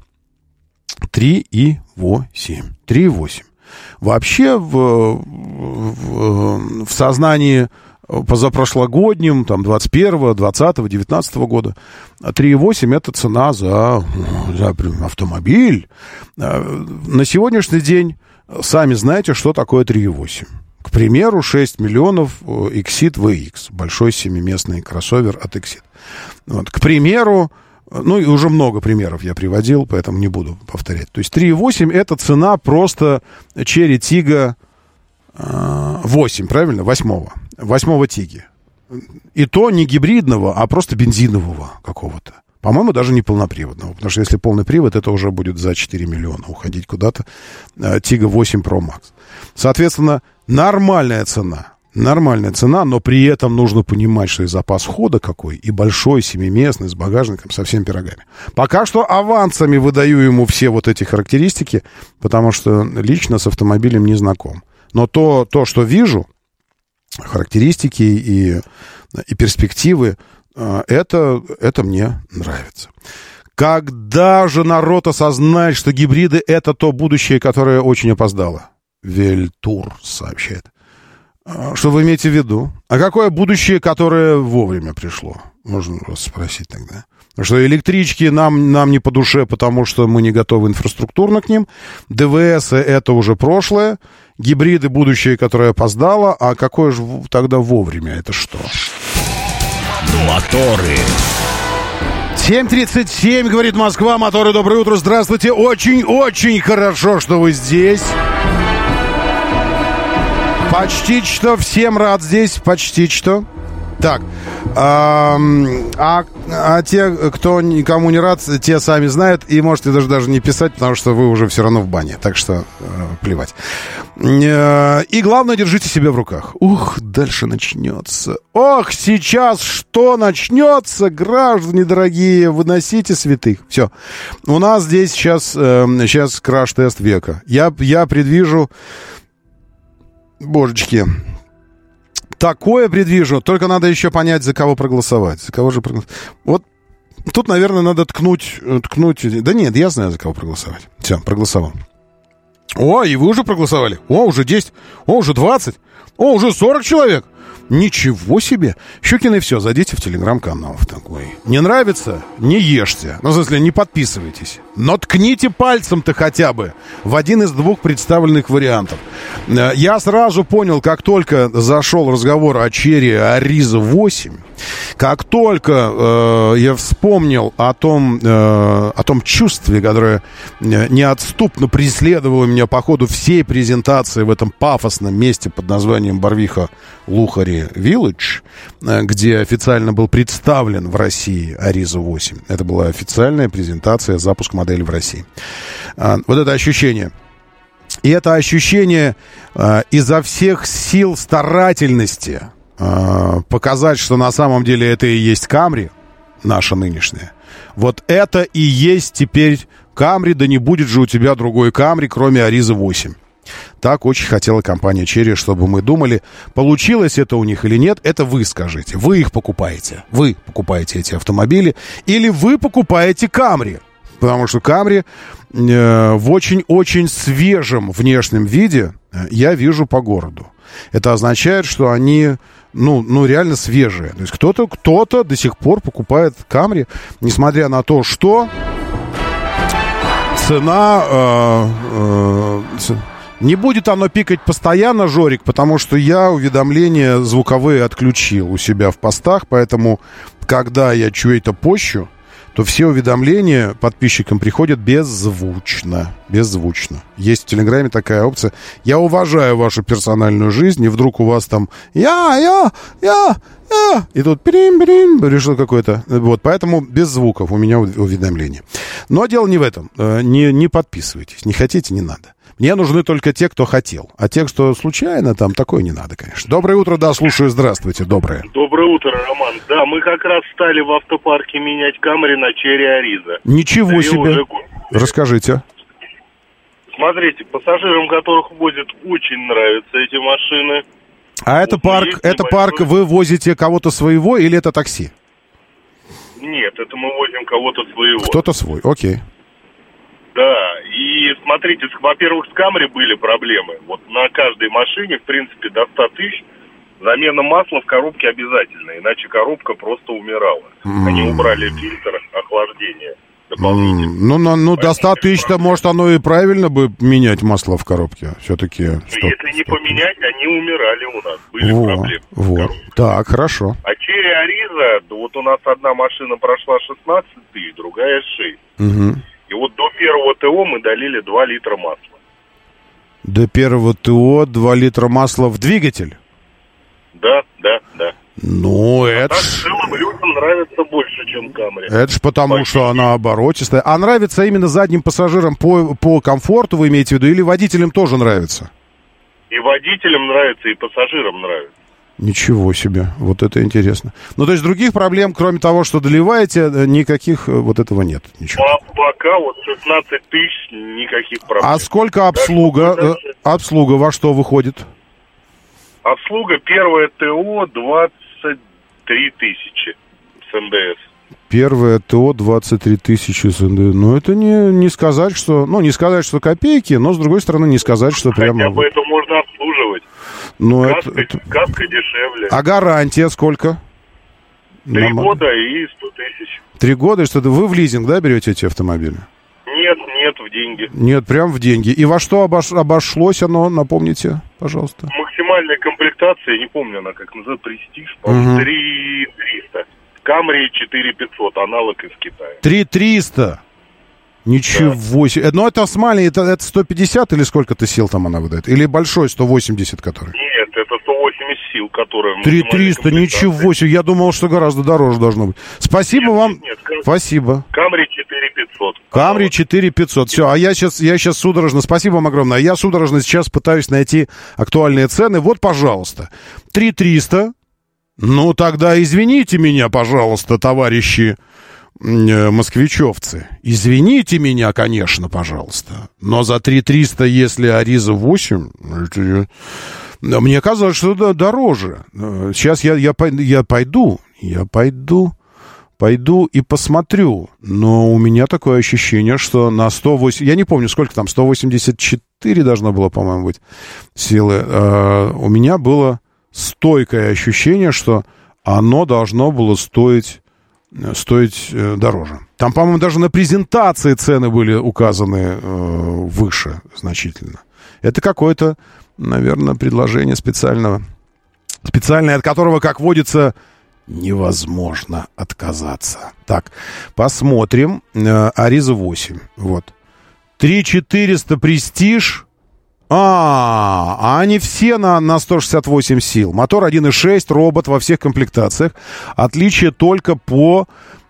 3,8. Вообще в сознании позапрошлогоднем, там, 21, 20, 19 года, 3,8 это цена за автомобиль. На сегодняшний день сами знаете, что такое 3,8. К примеру, 6 миллионов Exit VX, большой семиместный кроссовер от Exit. Вот, к примеру, ну и уже много примеров я приводил, поэтому не буду повторять. То есть 3,8 это цена просто Cherry Tiggo 8, правильно? 8 Тиги. И то не гибридного, а просто бензинового какого-то. По-моему, даже не полноприводного. Потому что если полный привод, это уже будет за 4 миллиона уходить куда-то. Tiggo 8 Pro Max. Соответственно, нормальная цена, но при этом нужно понимать, что и запас хода какой, и большой, семиместный, с багажником, со всеми пирогами. Пока что авансами выдаю ему все вот эти характеристики, потому что лично с автомобилем не знаком. Но то, что вижу, характеристики и перспективы, это мне нравится. Когда же народ осознает, что гибриды — это то будущее, которое очень опоздало? Вельтур сообщает. Что вы имеете в виду? А какое будущее, которое вовремя пришло? Можно вас спросить тогда. Потому что электрички нам не по душе, потому что мы не готовы инфраструктурно к ним. ДВС — это уже прошлое. Гибриды — будущее, которое опоздало. А какое же тогда вовремя? Это что? Моторы. 7:37, говорит Москва. Моторы, доброе утро. Здравствуйте. Очень-очень хорошо, что вы здесь. Почти что всем рад здесь. Почти что. Так, те, кто никому не рад, те сами знают, и можете даже не писать, потому что вы уже все равно в бане, так что плевать. И главное, держите себя в руках. Ух, дальше начнется. Ох, сейчас что начнется, граждане дорогие, выносите святых. Все, у нас здесь сейчас краш-тест века. Я предвижу, божечки, такое предвижу, только надо еще понять, за кого проголосовать. За кого же проголосовать? Вот тут, наверное, надо ткнуть. Да нет, я знаю, за кого проголосовать. Все, проголосовал. О, и вы уже проголосовали? О, уже 10. О, уже 20. О, уже 40 человек. Ничего себе! Щукин и все, зайдите в телеграм-канал такой. Не нравится? Не ешьте. Ну, в смысле, не подписывайтесь. Но ткните пальцем-то хотя бы в один из двух представленных вариантов. Я сразу понял, как только зашел разговор о Черри Ариза 8, как только я вспомнил о том чувстве, которое неотступно преследовало меня по ходу всей презентации в этом пафосном месте под названием Барвиха-Лухари Village, где официально был представлен в России Ариза 8. Это была официальная презентация, запуск модели в России. Вот это ощущение. И это ощущение изо всех сил старательности показать, что на самом деле это и есть Камри, наша нынешняя. Вот это и есть теперь Камри, да не будет же у тебя другой Камри, кроме Ариза 8. Так очень хотела компания Черри, чтобы мы думали, получилось это у них или нет. Это вы скажите. Вы их покупаете. Вы покупаете эти автомобили. Или вы покупаете Камри. Потому что Камри в очень-очень свежем внешнем виде я вижу по городу. Это означает, что они, реально свежие. То есть кто-то до сих пор покупает Камри, несмотря на то, что цена... Не будет оно пикать постоянно, Жорик, потому что я уведомления звуковые отключил у себя в постах, поэтому, когда я чего-то пощу, то все уведомления подписчикам приходят беззвучно. Беззвучно. Есть в Телеграме такая опция. Я уважаю вашу персональную жизнь, и вдруг у вас там я, и тут решил какое-то. Вот, поэтому без звуков у меня уведомления. Но дело не в этом. Не подписывайтесь. Не хотите, не надо. Мне нужны только те, кто хотел. А те, кто случайно, там такое не надо, конечно. Доброе утро, да, слушаю. Здравствуйте, доброе. Доброе утро, Роман. Да, мы как раз стали в автопарке менять Камри на Черри Ариза. Ничего себе. Расскажите. Смотрите, пассажирам, которых возят, очень нравятся эти машины. А это парк, вы возите кого-то своего или это такси? Нет, это мы возим кого-то своего. Кто-то свой, окей. Да, и смотрите, во-первых, с Камри были проблемы. Вот на каждой машине, в принципе, до 100 тысяч замена масла в коробке обязательно, иначе коробка просто умирала. Они убрали фильтр охлаждения дополнительно. До 100 тысяч-то, может, оно и правильно бы менять масло в коробке. Все-таки... Если не поменять, они умирали у нас. Были проблемы. Вот. Так, хорошо. А Черри Ариза, вот у нас одна машина прошла 16 тысяч, другая 6. Угу. И вот до первого ТО мы долили 2 литра масла. До первого ТО 2 литра масла в двигатель? Да. Это так, в целом, людям нравится больше, чем Камри. Это ж потому, что она оборотистая. А нравится именно задним пассажирам по комфорту, вы имеете в виду, или водителям тоже нравится? И водителям нравится, и пассажирам нравится. Ничего себе, вот это интересно. То есть других проблем, кроме того, что доливаете, никаких вот этого нет? Ничего. Пока вот 16 тысяч, никаких проблем. А сколько обслуга? Обслуга во что выходит? Обслуга, первое ТО 23 тысячи с НДС. Первое ТО 23 тысячи с НДС. Это не сказать, что... не сказать, что копейки, но, с другой стороны, не сказать, что прямо... Хотя бы это можно обслуживать. Каска дешевле. А гарантия сколько? 3 года и 100 тысяч. 3 года и что-то. Вы в лизинг, да, берете эти автомобили? Нет, в деньги. Нет, прям в деньги. И во что обошлось оно, напомните, пожалуйста? Максимальная комплектация, не помню она как называется, Престиж, по-моему, 3300. Камри 4500, аналог из Китая. 3300? Ничего себе. Но это с маленькой, это 150 или сколько-то сил там она выдает? Или большой 180, который? Нет, это 180 сил, который... 3300, ничего себе. Я думал, что гораздо дороже должно быть. Спасибо вам. Спасибо. Камри 4500. Камри 4500. Все, а я сейчас судорожно... Спасибо вам огромное. Я судорожно сейчас пытаюсь найти актуальные цены. Вот, пожалуйста. 3300. Тогда извините меня, пожалуйста, товарищи москвичевцы. Извините меня, конечно, пожалуйста. Но за 3300, если Ариза 8, мне казалось, что это дороже. Сейчас я пойду и посмотрю. Но у меня такое ощущение, что на 108... Я не помню, сколько там, 184 должно было, по-моему, быть силы. У меня было стойкое ощущение, что оно должно было стоить дороже. Там, по-моему, даже на презентации цены были указаны выше значительно. Это какое-то, наверное, предложение специальное, от которого, как водится, невозможно отказаться. Так, посмотрим. Ариза 8. Вот. 3400 Престиж. А они все на 168 сил. Мотор 1.6, робот во всех комплектациях. Отличие только по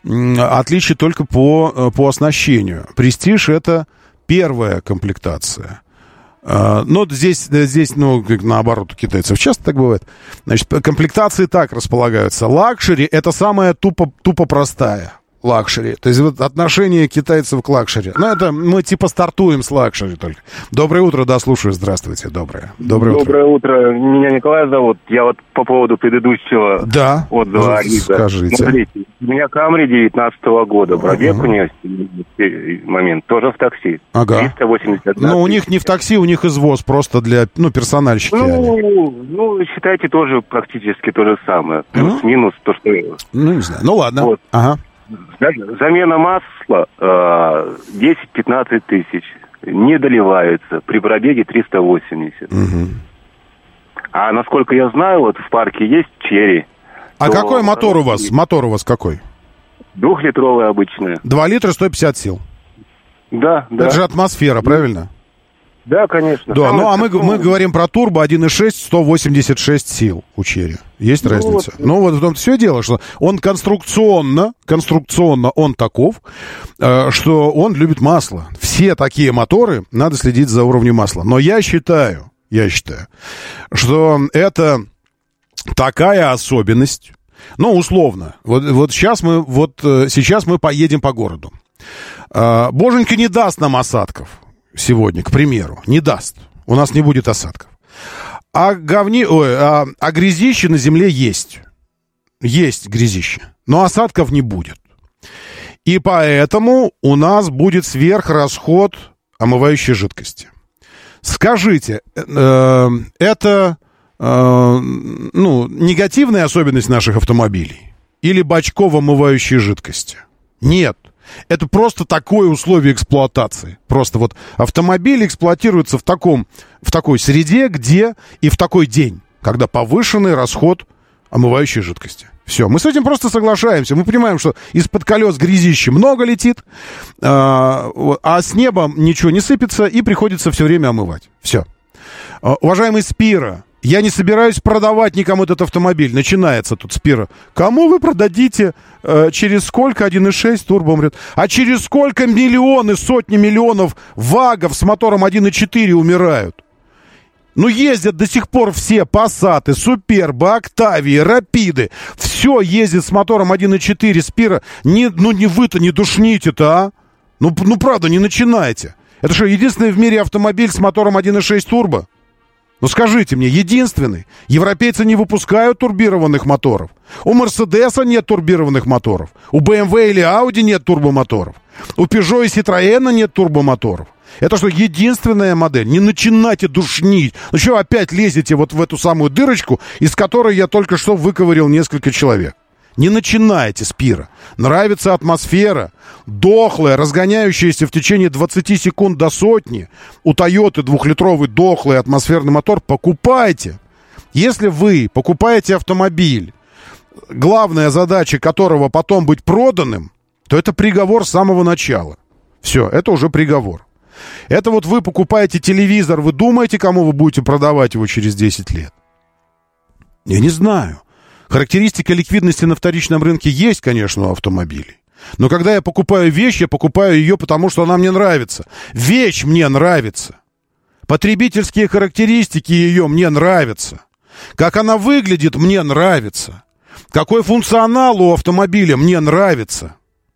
оснащению. Престиж — это первая комплектация. Но здесь, как наоборот, у китайцев часто так бывает. Значит, комплектации так располагаются. Лакшери — это самая тупо простая. Лакшери. То есть вот отношение китайцев к лакшери. Ну, это мы типа стартуем с лакшери только. Доброе утро, да, слушаю. Здравствуйте. Доброе утро. Меня Николай зовут. Я вот по поводу предыдущего отзыва Ариза. Скажите. Смотрите, у меня Камри 19-го года. Пробег у нее момент тоже в такси. Ага. 380. Но у них не в такси, у них извоз просто для, персональщики. Считайте, тоже практически то же самое. Плюс-минус то, что... не знаю. Ну, ладно. Вот. Ага. Замена масла 10-15 тысяч. Не доливается. При пробеге 380. А насколько я знаю, вот в парке есть черри. А какой мотор у вас? Мотор у вас какой? 2-литровая обычная. 2 литра, 150 сил. Да. Это же атмосфера, правильно? Да, конечно. Да, мы говорим про турбо 1.6, 186 сил у черри. Есть разница? Вот в том все дело, что он конструкционно он таков, что он любит масло. Все такие моторы, надо следить за уровнем масла. Но я считаю, что это такая особенность, условно. Вот сейчас мы поедем по городу. Боженька не даст нам осадков. Сегодня, к примеру, не даст. У нас не будет осадков. А грязище на земле есть. Есть грязище. Но осадков не будет. И поэтому у нас будет сверхрасход омывающей жидкости. Скажите, это негативная особенность наших автомобилей? Или бачково-омывающей жидкости? Нет. Это просто такое условие эксплуатации. Просто вот автомобиль эксплуатируется в такой среде, где и в такой день, когда повышенный расход омывающей жидкости. Все, мы с этим просто соглашаемся. Мы понимаем, что из-под колес грязища много летит, а с неба ничего не сыпется, и приходится все время омывать. Все. Уважаемый Спира, я не собираюсь продавать никому этот автомобиль. Начинается тут Спира. Кому вы продадите? Через сколько 1.6 турбо умрет? А через сколько миллионы, сотни миллионов вагов с мотором 1.4 умирают? Ездят до сих пор все Пассаты, Супербы, Октавии, Рапиды. Все ездит с мотором 1.4 Спира. Вы-то не душните-то, а? Правда, не начинайте. Это что, единственный в мире автомобиль с мотором 1.6 турбо? Скажите мне, единственный. Европейцы не выпускают турбированных моторов. У Мерседеса нет турбированных моторов. У BMW или Audi нет турбомоторов. У Peugeot и Citroёn нет турбомоторов. Это что, единственная модель? Не начинайте душнить. Что опять лезете вот в эту самую дырочку, из которой я только что выковырил несколько человек? Не начинайте, Спира. Нравится атмосфера, дохлая, разгоняющаяся в течение 20 секунд до сотни. У Тойоты 2-литровый дохлый атмосферный мотор покупайте. Если вы покупаете автомобиль, главная задача которого потом быть проданным, то это приговор с самого начала. Все, это уже приговор. Это вот вы покупаете телевизор, вы думаете, кому вы будете продавать его через 10 лет? Я не знаю. Характеристика ликвидности на вторичном рынке есть, конечно, у автомобилей. Но когда я покупаю вещь, я покупаю ее, потому что она мне нравится. Вещь мне нравится. Потребительские характеристики ее мне нравятся. Как она выглядит, мне нравится. Какой функционал у автомобиля мне нравится.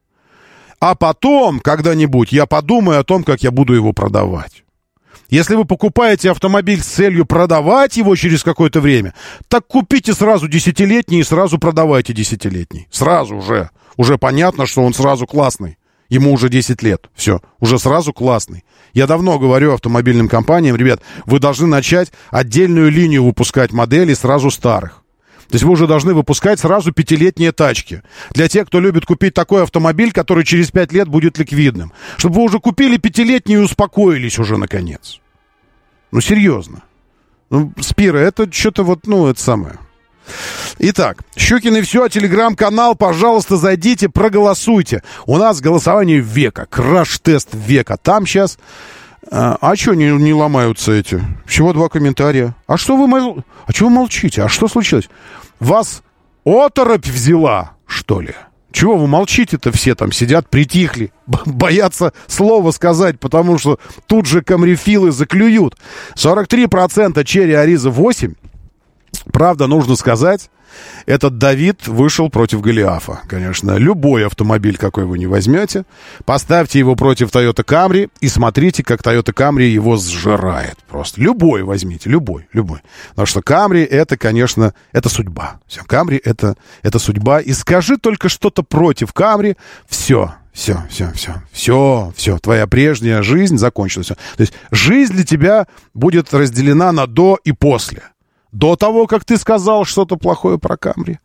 А потом, когда-нибудь, я подумаю о том, как я буду его продавать. Если вы покупаете автомобиль с целью продавать его через какое-то время, так купите сразу 10-летний и сразу продавайте 10-летний. Сразу уже. Уже понятно, что он сразу классный. Ему уже 10 лет. Все, уже сразу классный. Я давно говорю автомобильным компаниям, ребят, вы должны начать отдельную линию выпускать моделей сразу старых. То есть вы уже должны выпускать сразу 5-летние тачки. Для тех, кто любит купить такой автомобиль, который через 5 лет будет ликвидным. Чтобы вы уже купили 5-летний и успокоились уже наконец. Ну, серьезно. Ну, Спира, это что-то вот, ну, это самое. Итак, Щукин и все, телеграм-канал, пожалуйста, зайдите, проголосуйте. У нас голосование века, краш-тест века. Там сейчас... А что не ломаются эти? Всего 2 комментария. А что вы молчите? А что случилось? Вас оторопь взяла, что ли? Чего вы молчите-то все там сидят, притихли, боятся слова сказать, потому что тут же камрифилы заклюют. 43% Черри Ариза 8. Правда, нужно сказать, этот Давид вышел против Голиафа, конечно. Любой автомобиль, какой вы не возьмете, поставьте его против Toyota Camry и смотрите, как Toyota Camry его сжирает просто. Любой возьмите, любой. Потому что Camry это, конечно, это судьба. Все, Camry это судьба. И скажи только что-то против Camry, все, твоя прежняя жизнь закончилась. То есть жизнь для тебя будет разделена на до и после. До того, как ты сказал что-то плохое про Камри.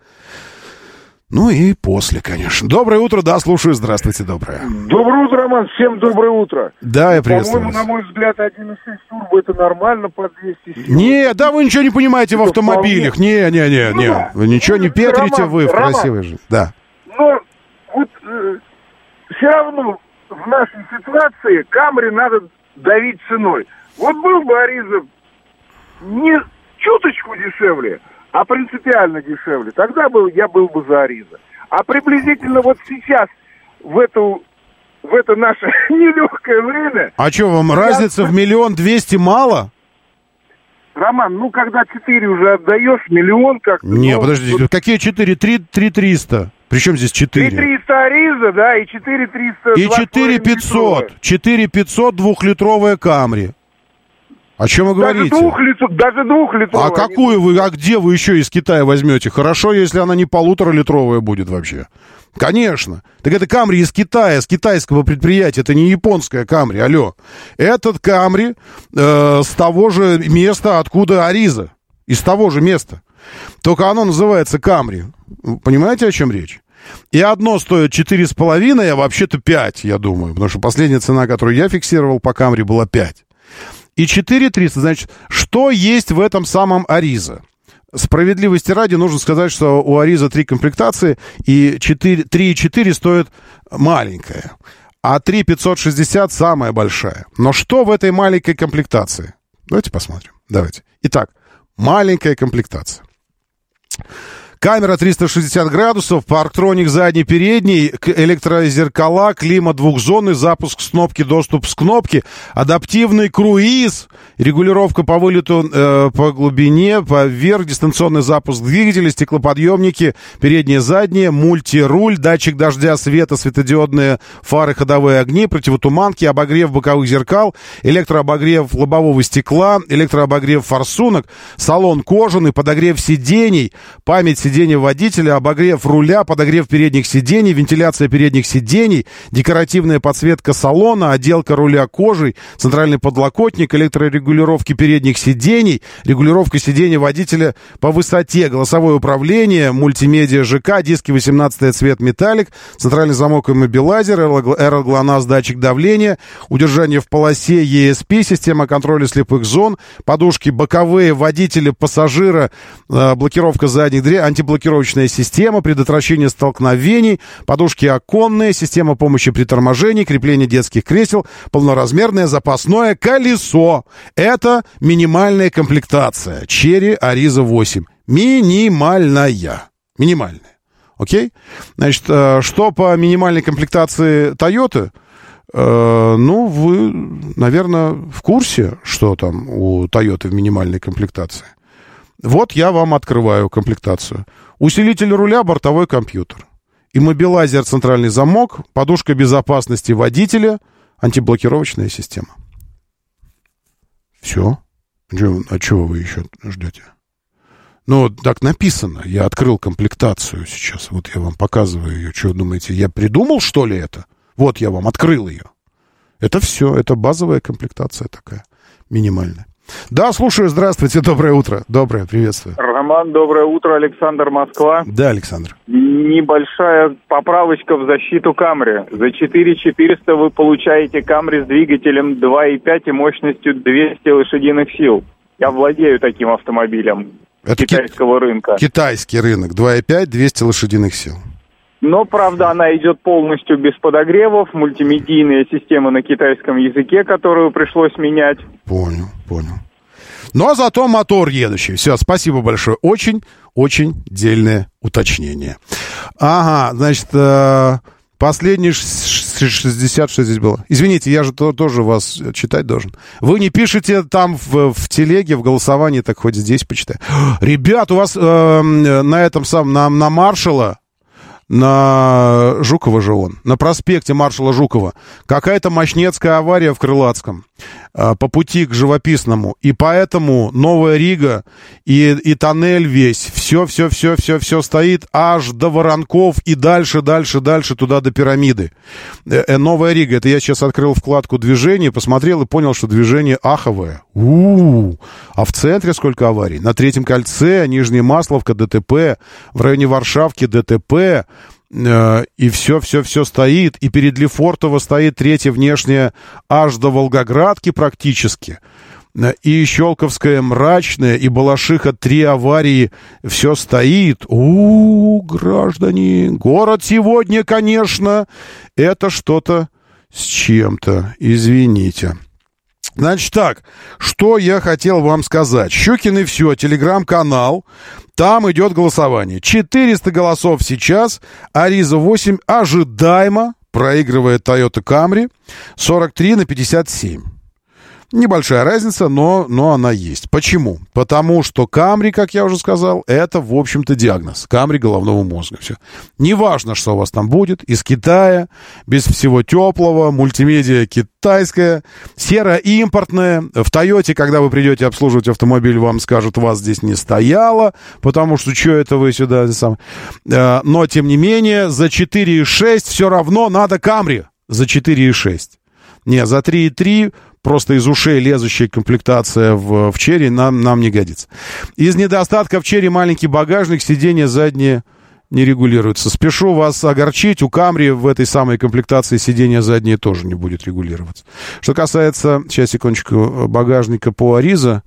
Ну и после, конечно. Доброе утро, да, слушаю. Здравствуйте, доброе. Доброе утро, Роман. Всем доброе утро. Да, я приветствую вас. По-моему, на мой взгляд, 1.6 турбо это нормально под 200 сил. Не, да вы ничего не понимаете в автомобилях. Не. Вы ничего не петрите, вы в красивой жизни. Да. Но вот все равно в нашей ситуации Камри надо давить ценой. Вот был бы Ариза не чуточку дешевле, а принципиально дешевле, тогда я был бы за Ариза. А приблизительно вот сейчас, в это наше нелегкое время... А что, вам разница в 1 200 000 мало? Роман, ну когда 4 уже отдаешь, миллион как-то... Не, подождите, какие 4? 3 300. Причем здесь 4? 3 300 Ариза, да, и 4 300... И 4 500. 4 500 двухлитровая Камри. О чем вы говорите? Даже двухлитровая. А какую вы, а где вы еще из Китая возьмете? Хорошо, если она не 1,5-литровая будет вообще. Конечно. Так это Камри из Китая, с китайского предприятия. Это не японская Камри, алло. Этот Камри с того же места, откуда Ариза. Из того же места. Только оно называется Камри. Понимаете, о чем речь? И одно стоит 4,5, а вообще-то 5, я думаю. Потому что последняя цена, которую я фиксировал по Камри, была 5. И 4300, значит, что есть в этом самом Ариза? Справедливости ради нужно сказать, что у Ариза 3 комплектации, и 3,4 стоит маленькая, а 3,560 самая большая. Но что в этой маленькой комплектации? Давайте посмотрим. Давайте. Итак, маленькая комплектация. Камера 360 градусов, парктроник задний-передний, электрозеркала, климат двухзонный, запуск с кнопки, доступ с кнопки, адаптивный круиз, регулировка по вылету по глубине, вверх, дистанционный запуск двигателя, стеклоподъемники, передние, задние, мультируль, датчик дождя, света, светодиодные фары, ходовые огни, противотуманки, обогрев боковых зеркал, электрообогрев лобового стекла, электрообогрев форсунок, салон кожаный, подогрев сидений, память сиденья водителя, обогрев руля, подогрев передних сидений, вентиляция передних сидений, декоративная подсветка салона, отделка руля кожей, центральный подлокотник, электрорегулировки передних сидений, регулировка сидения водителя по высоте, голосовое управление, мультимедиа ЖК, диски 18 цвет металлик, центральный замок иммобилайзер, аэроглонасс, датчик давления, удержание в полосе ESP, система контроля слепых зон, подушки боковые водителя, пассажира, блокировка задних дверей, антиблокировочная система, предотвращение столкновений, подушки оконные, система помощи при торможении, крепление детских кресел, полноразмерное запасное колесо. Это минимальная комплектация Черри Ариза 8. Минимальная. Окей? Значит, что по минимальной комплектации Toyota? Ну, вы, наверное, в курсе, что там у Toyota в минимальной комплектации. Вот я вам открываю комплектацию. Усилитель руля, бортовой компьютер. Иммобилайзер, центральный замок, подушка безопасности водителя, антиблокировочная система. Все. А чего вы еще ждете? Ну, так написано. Я открыл комплектацию сейчас. Вот я вам показываю ее. Что вы думаете, я придумал, что ли, это? Вот я вам открыл ее. Это все, это базовая комплектация такая, минимальная. Да, слушаю, здравствуйте, доброе утро. Доброе, приветствую. Роман, доброе утро, Александр, Москва. Да, Александр. Небольшая поправочка в защиту Камри. За 4400 вы получаете Камри с двигателем 2.5 и мощностью 200 лошадиных сил. Я владею таким автомобилем китайского рынка. Китайский рынок, 2.5, 200 лошадиных сил. Но, правда, она идет полностью без подогревов, мультимедийная система на китайском языке, которую пришлось менять. Понял. Но зато мотор едущий. Все, спасибо большое. Очень дельное уточнение. Ага, значит, последний 60, что здесь было. Извините, я же тоже вас читать должен. Вы не пишете там в телеге, в голосовании, так хоть здесь почитаю. Ребят, у вас на этом самом, на Маршала, на Жукова же он, на проспекте маршала Жукова, какая-то мощнецкая авария в Крылатском по пути к Живописному, и поэтому Новая Рига и тоннель весь, все стоит аж до Воронков и дальше туда до Пирамиды. Новая Рига, это я сейчас открыл вкладку движения, посмотрел и понял, что движение аховое. А в центре сколько аварий? На Третьем кольце, Нижняя Масловка, ДТП, в районе Варшавки ДТП, и все стоит, и перед Лефортово стоит третья внешняя аж до Волгоградки практически, и Щелковская Мрачная, и Балашиха, 3 аварии, все стоит. Граждане, город сегодня, конечно, это что-то с чем-то, извините. Значит так, что я хотел вам сказать. Щукин и все, телеграм-канал, там идет голосование. 400 голосов сейчас, Ариза 8 ожидаемо проигрывает Toyota Camry, 43-57. Небольшая разница, но она есть. Почему? Потому что Camry, как я уже сказал, это, в общем-то, диагноз. Camry головного мозга. Все. Неважно, что у вас там будет. Из Китая, без всего теплого, мультимедиа китайская, серо-импортная. В Тойоте, когда вы придете обслуживать автомобиль, вам скажут, вас здесь не стояло, потому что что это вы сюда... Но, тем не менее, за 4,6 все равно надо Camry. За 4,6. Не, за 3,3 просто из ушей лезущая комплектация в Черри нам не годится. Из недостатков Черри маленький багажник, сиденья задние не регулируются. Спешу вас огорчить, у Камри в этой самой комплектации сиденья задние тоже не будет регулироваться. Что касается, сейчас, секундочку, багажника по Ариза,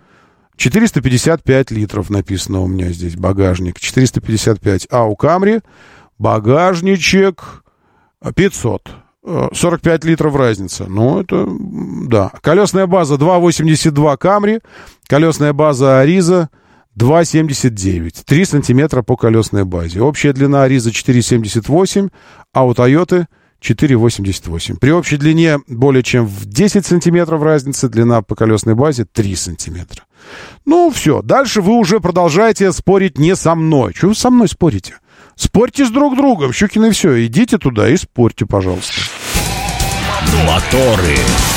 455 литров написано у меня здесь, багажник, 455. А у Камри багажничек 500. 45 литров разница. Ну, это, да. Колесная база 2,82 Camry, колесная база Ариза 2,79. 3 сантиметра по колесной базе. Общая длина Ариза 4,78, а у Тойоты 4,88. При общей длине более чем в 10 сантиметров разница, длина по колесной базе 3 сантиметра. Ну, все. Дальше вы уже продолжаете спорить не со мной. Чего вы со мной спорите? Спорьте с друг другом, Щукин, и все. Идите туда и спорьте, пожалуйста. Моторы.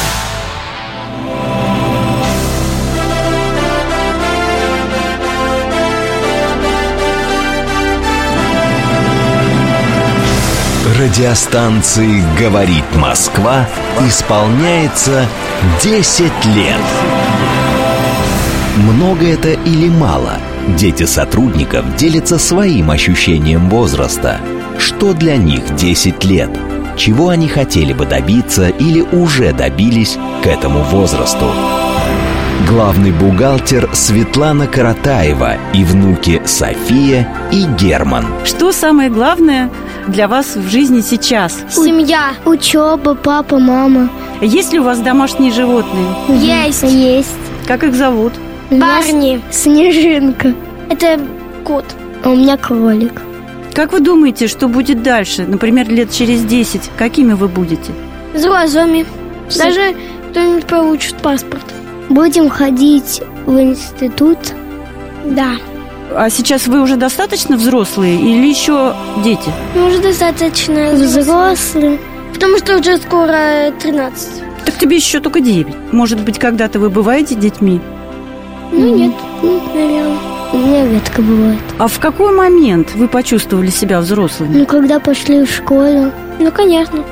Радиостанции «Говорит Москва» исполняется 10 лет. Много это или мало? Дети сотрудников делятся своим ощущением возраста. Что для них 10 лет? Чего они хотели бы добиться или уже добились к этому возрасту? Главный бухгалтер Светлана Каратаева и внуки София и Герман. Что самое главное для вас в жизни сейчас? Семья, учеба, папа, мама. Есть ли у вас домашние животные? Есть. Как их зовут? Барни. Снежинка. Это кот. А у меня кролик. Как вы думаете, что будет дальше? Например, лет через 10. Какими вы будете? Взрослыми. Даже кто-нибудь получит паспорт. Будем ходить в институт. Да. А сейчас вы уже достаточно взрослые или еще дети? Мы уже достаточно взрослые. Потому что уже скоро 13. Так тебе еще только 9. Может быть, когда-то вы бываете детьми? Нет, наверное. У меня редко бывает. А в какой момент вы почувствовали себя взрослыми? Когда пошли в школу. Конечно.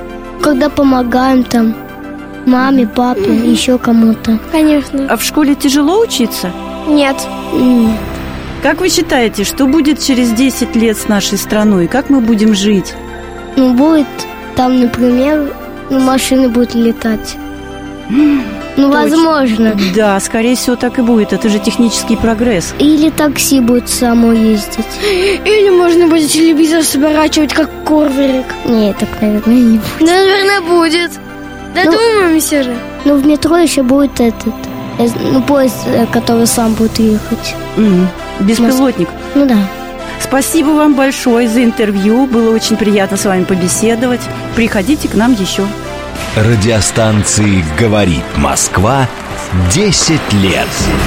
когда помогаем там маме, папе, еще кому-то. Конечно. А в школе тяжело учиться? Нет. Как вы считаете, что будет через 10 лет с нашей страной? Как мы будем жить? Ну, будет там, например, машины будут летать. Ну, возможно. Да, скорее всего, так и будет. Это же технический прогресс. Или такси будет само ездить. Или можно будет телевизор сворачивать, как корверик. Нет, так, наверное, не будет. Наверное, будет. Додумаемся же. Ну, в метро еще будет поезд, который сам будет ехать. Беспилотник. Ну да. Спасибо вам большое за интервью. Было очень приятно с вами побеседовать. Приходите к нам еще. Радиостанции «Говорит Москва» 10 лет.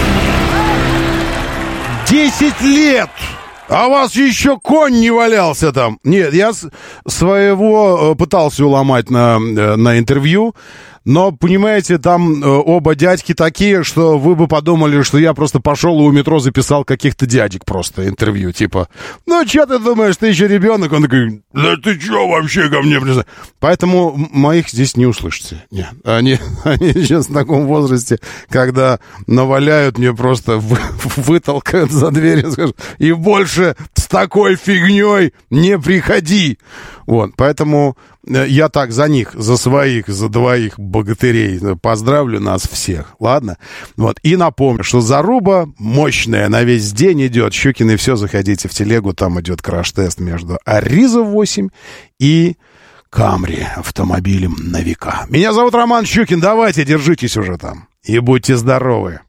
10 лет! А у вас еще конь не валялся там. Нет, я своего пытался уломать на интервью. Но, понимаете, там оба дядьки такие, что вы бы подумали, что я просто пошел и у метро записал каких-то дядек просто интервью. Типа, ну, что ты думаешь, ты еще ребенок? Он такой, да ты что вообще ко мне пришел? Поэтому моих здесь не услышите. Нет, они сейчас в таком возрасте, когда наваляют, мне просто вытолкают за дверь и скажут, и больше с такой фигней не приходи. Вот, поэтому я так за них, за своих, за двоих богатырей поздравлю нас всех, ладно? Вот, и напомню, что заруба мощная, на весь день идет. Щукины, все, заходите в телегу, там идет краш-тест между Аризо 8 и Камри, автомобилем на века. Меня зовут Роман Щукин, давайте, держитесь уже там и будьте здоровы.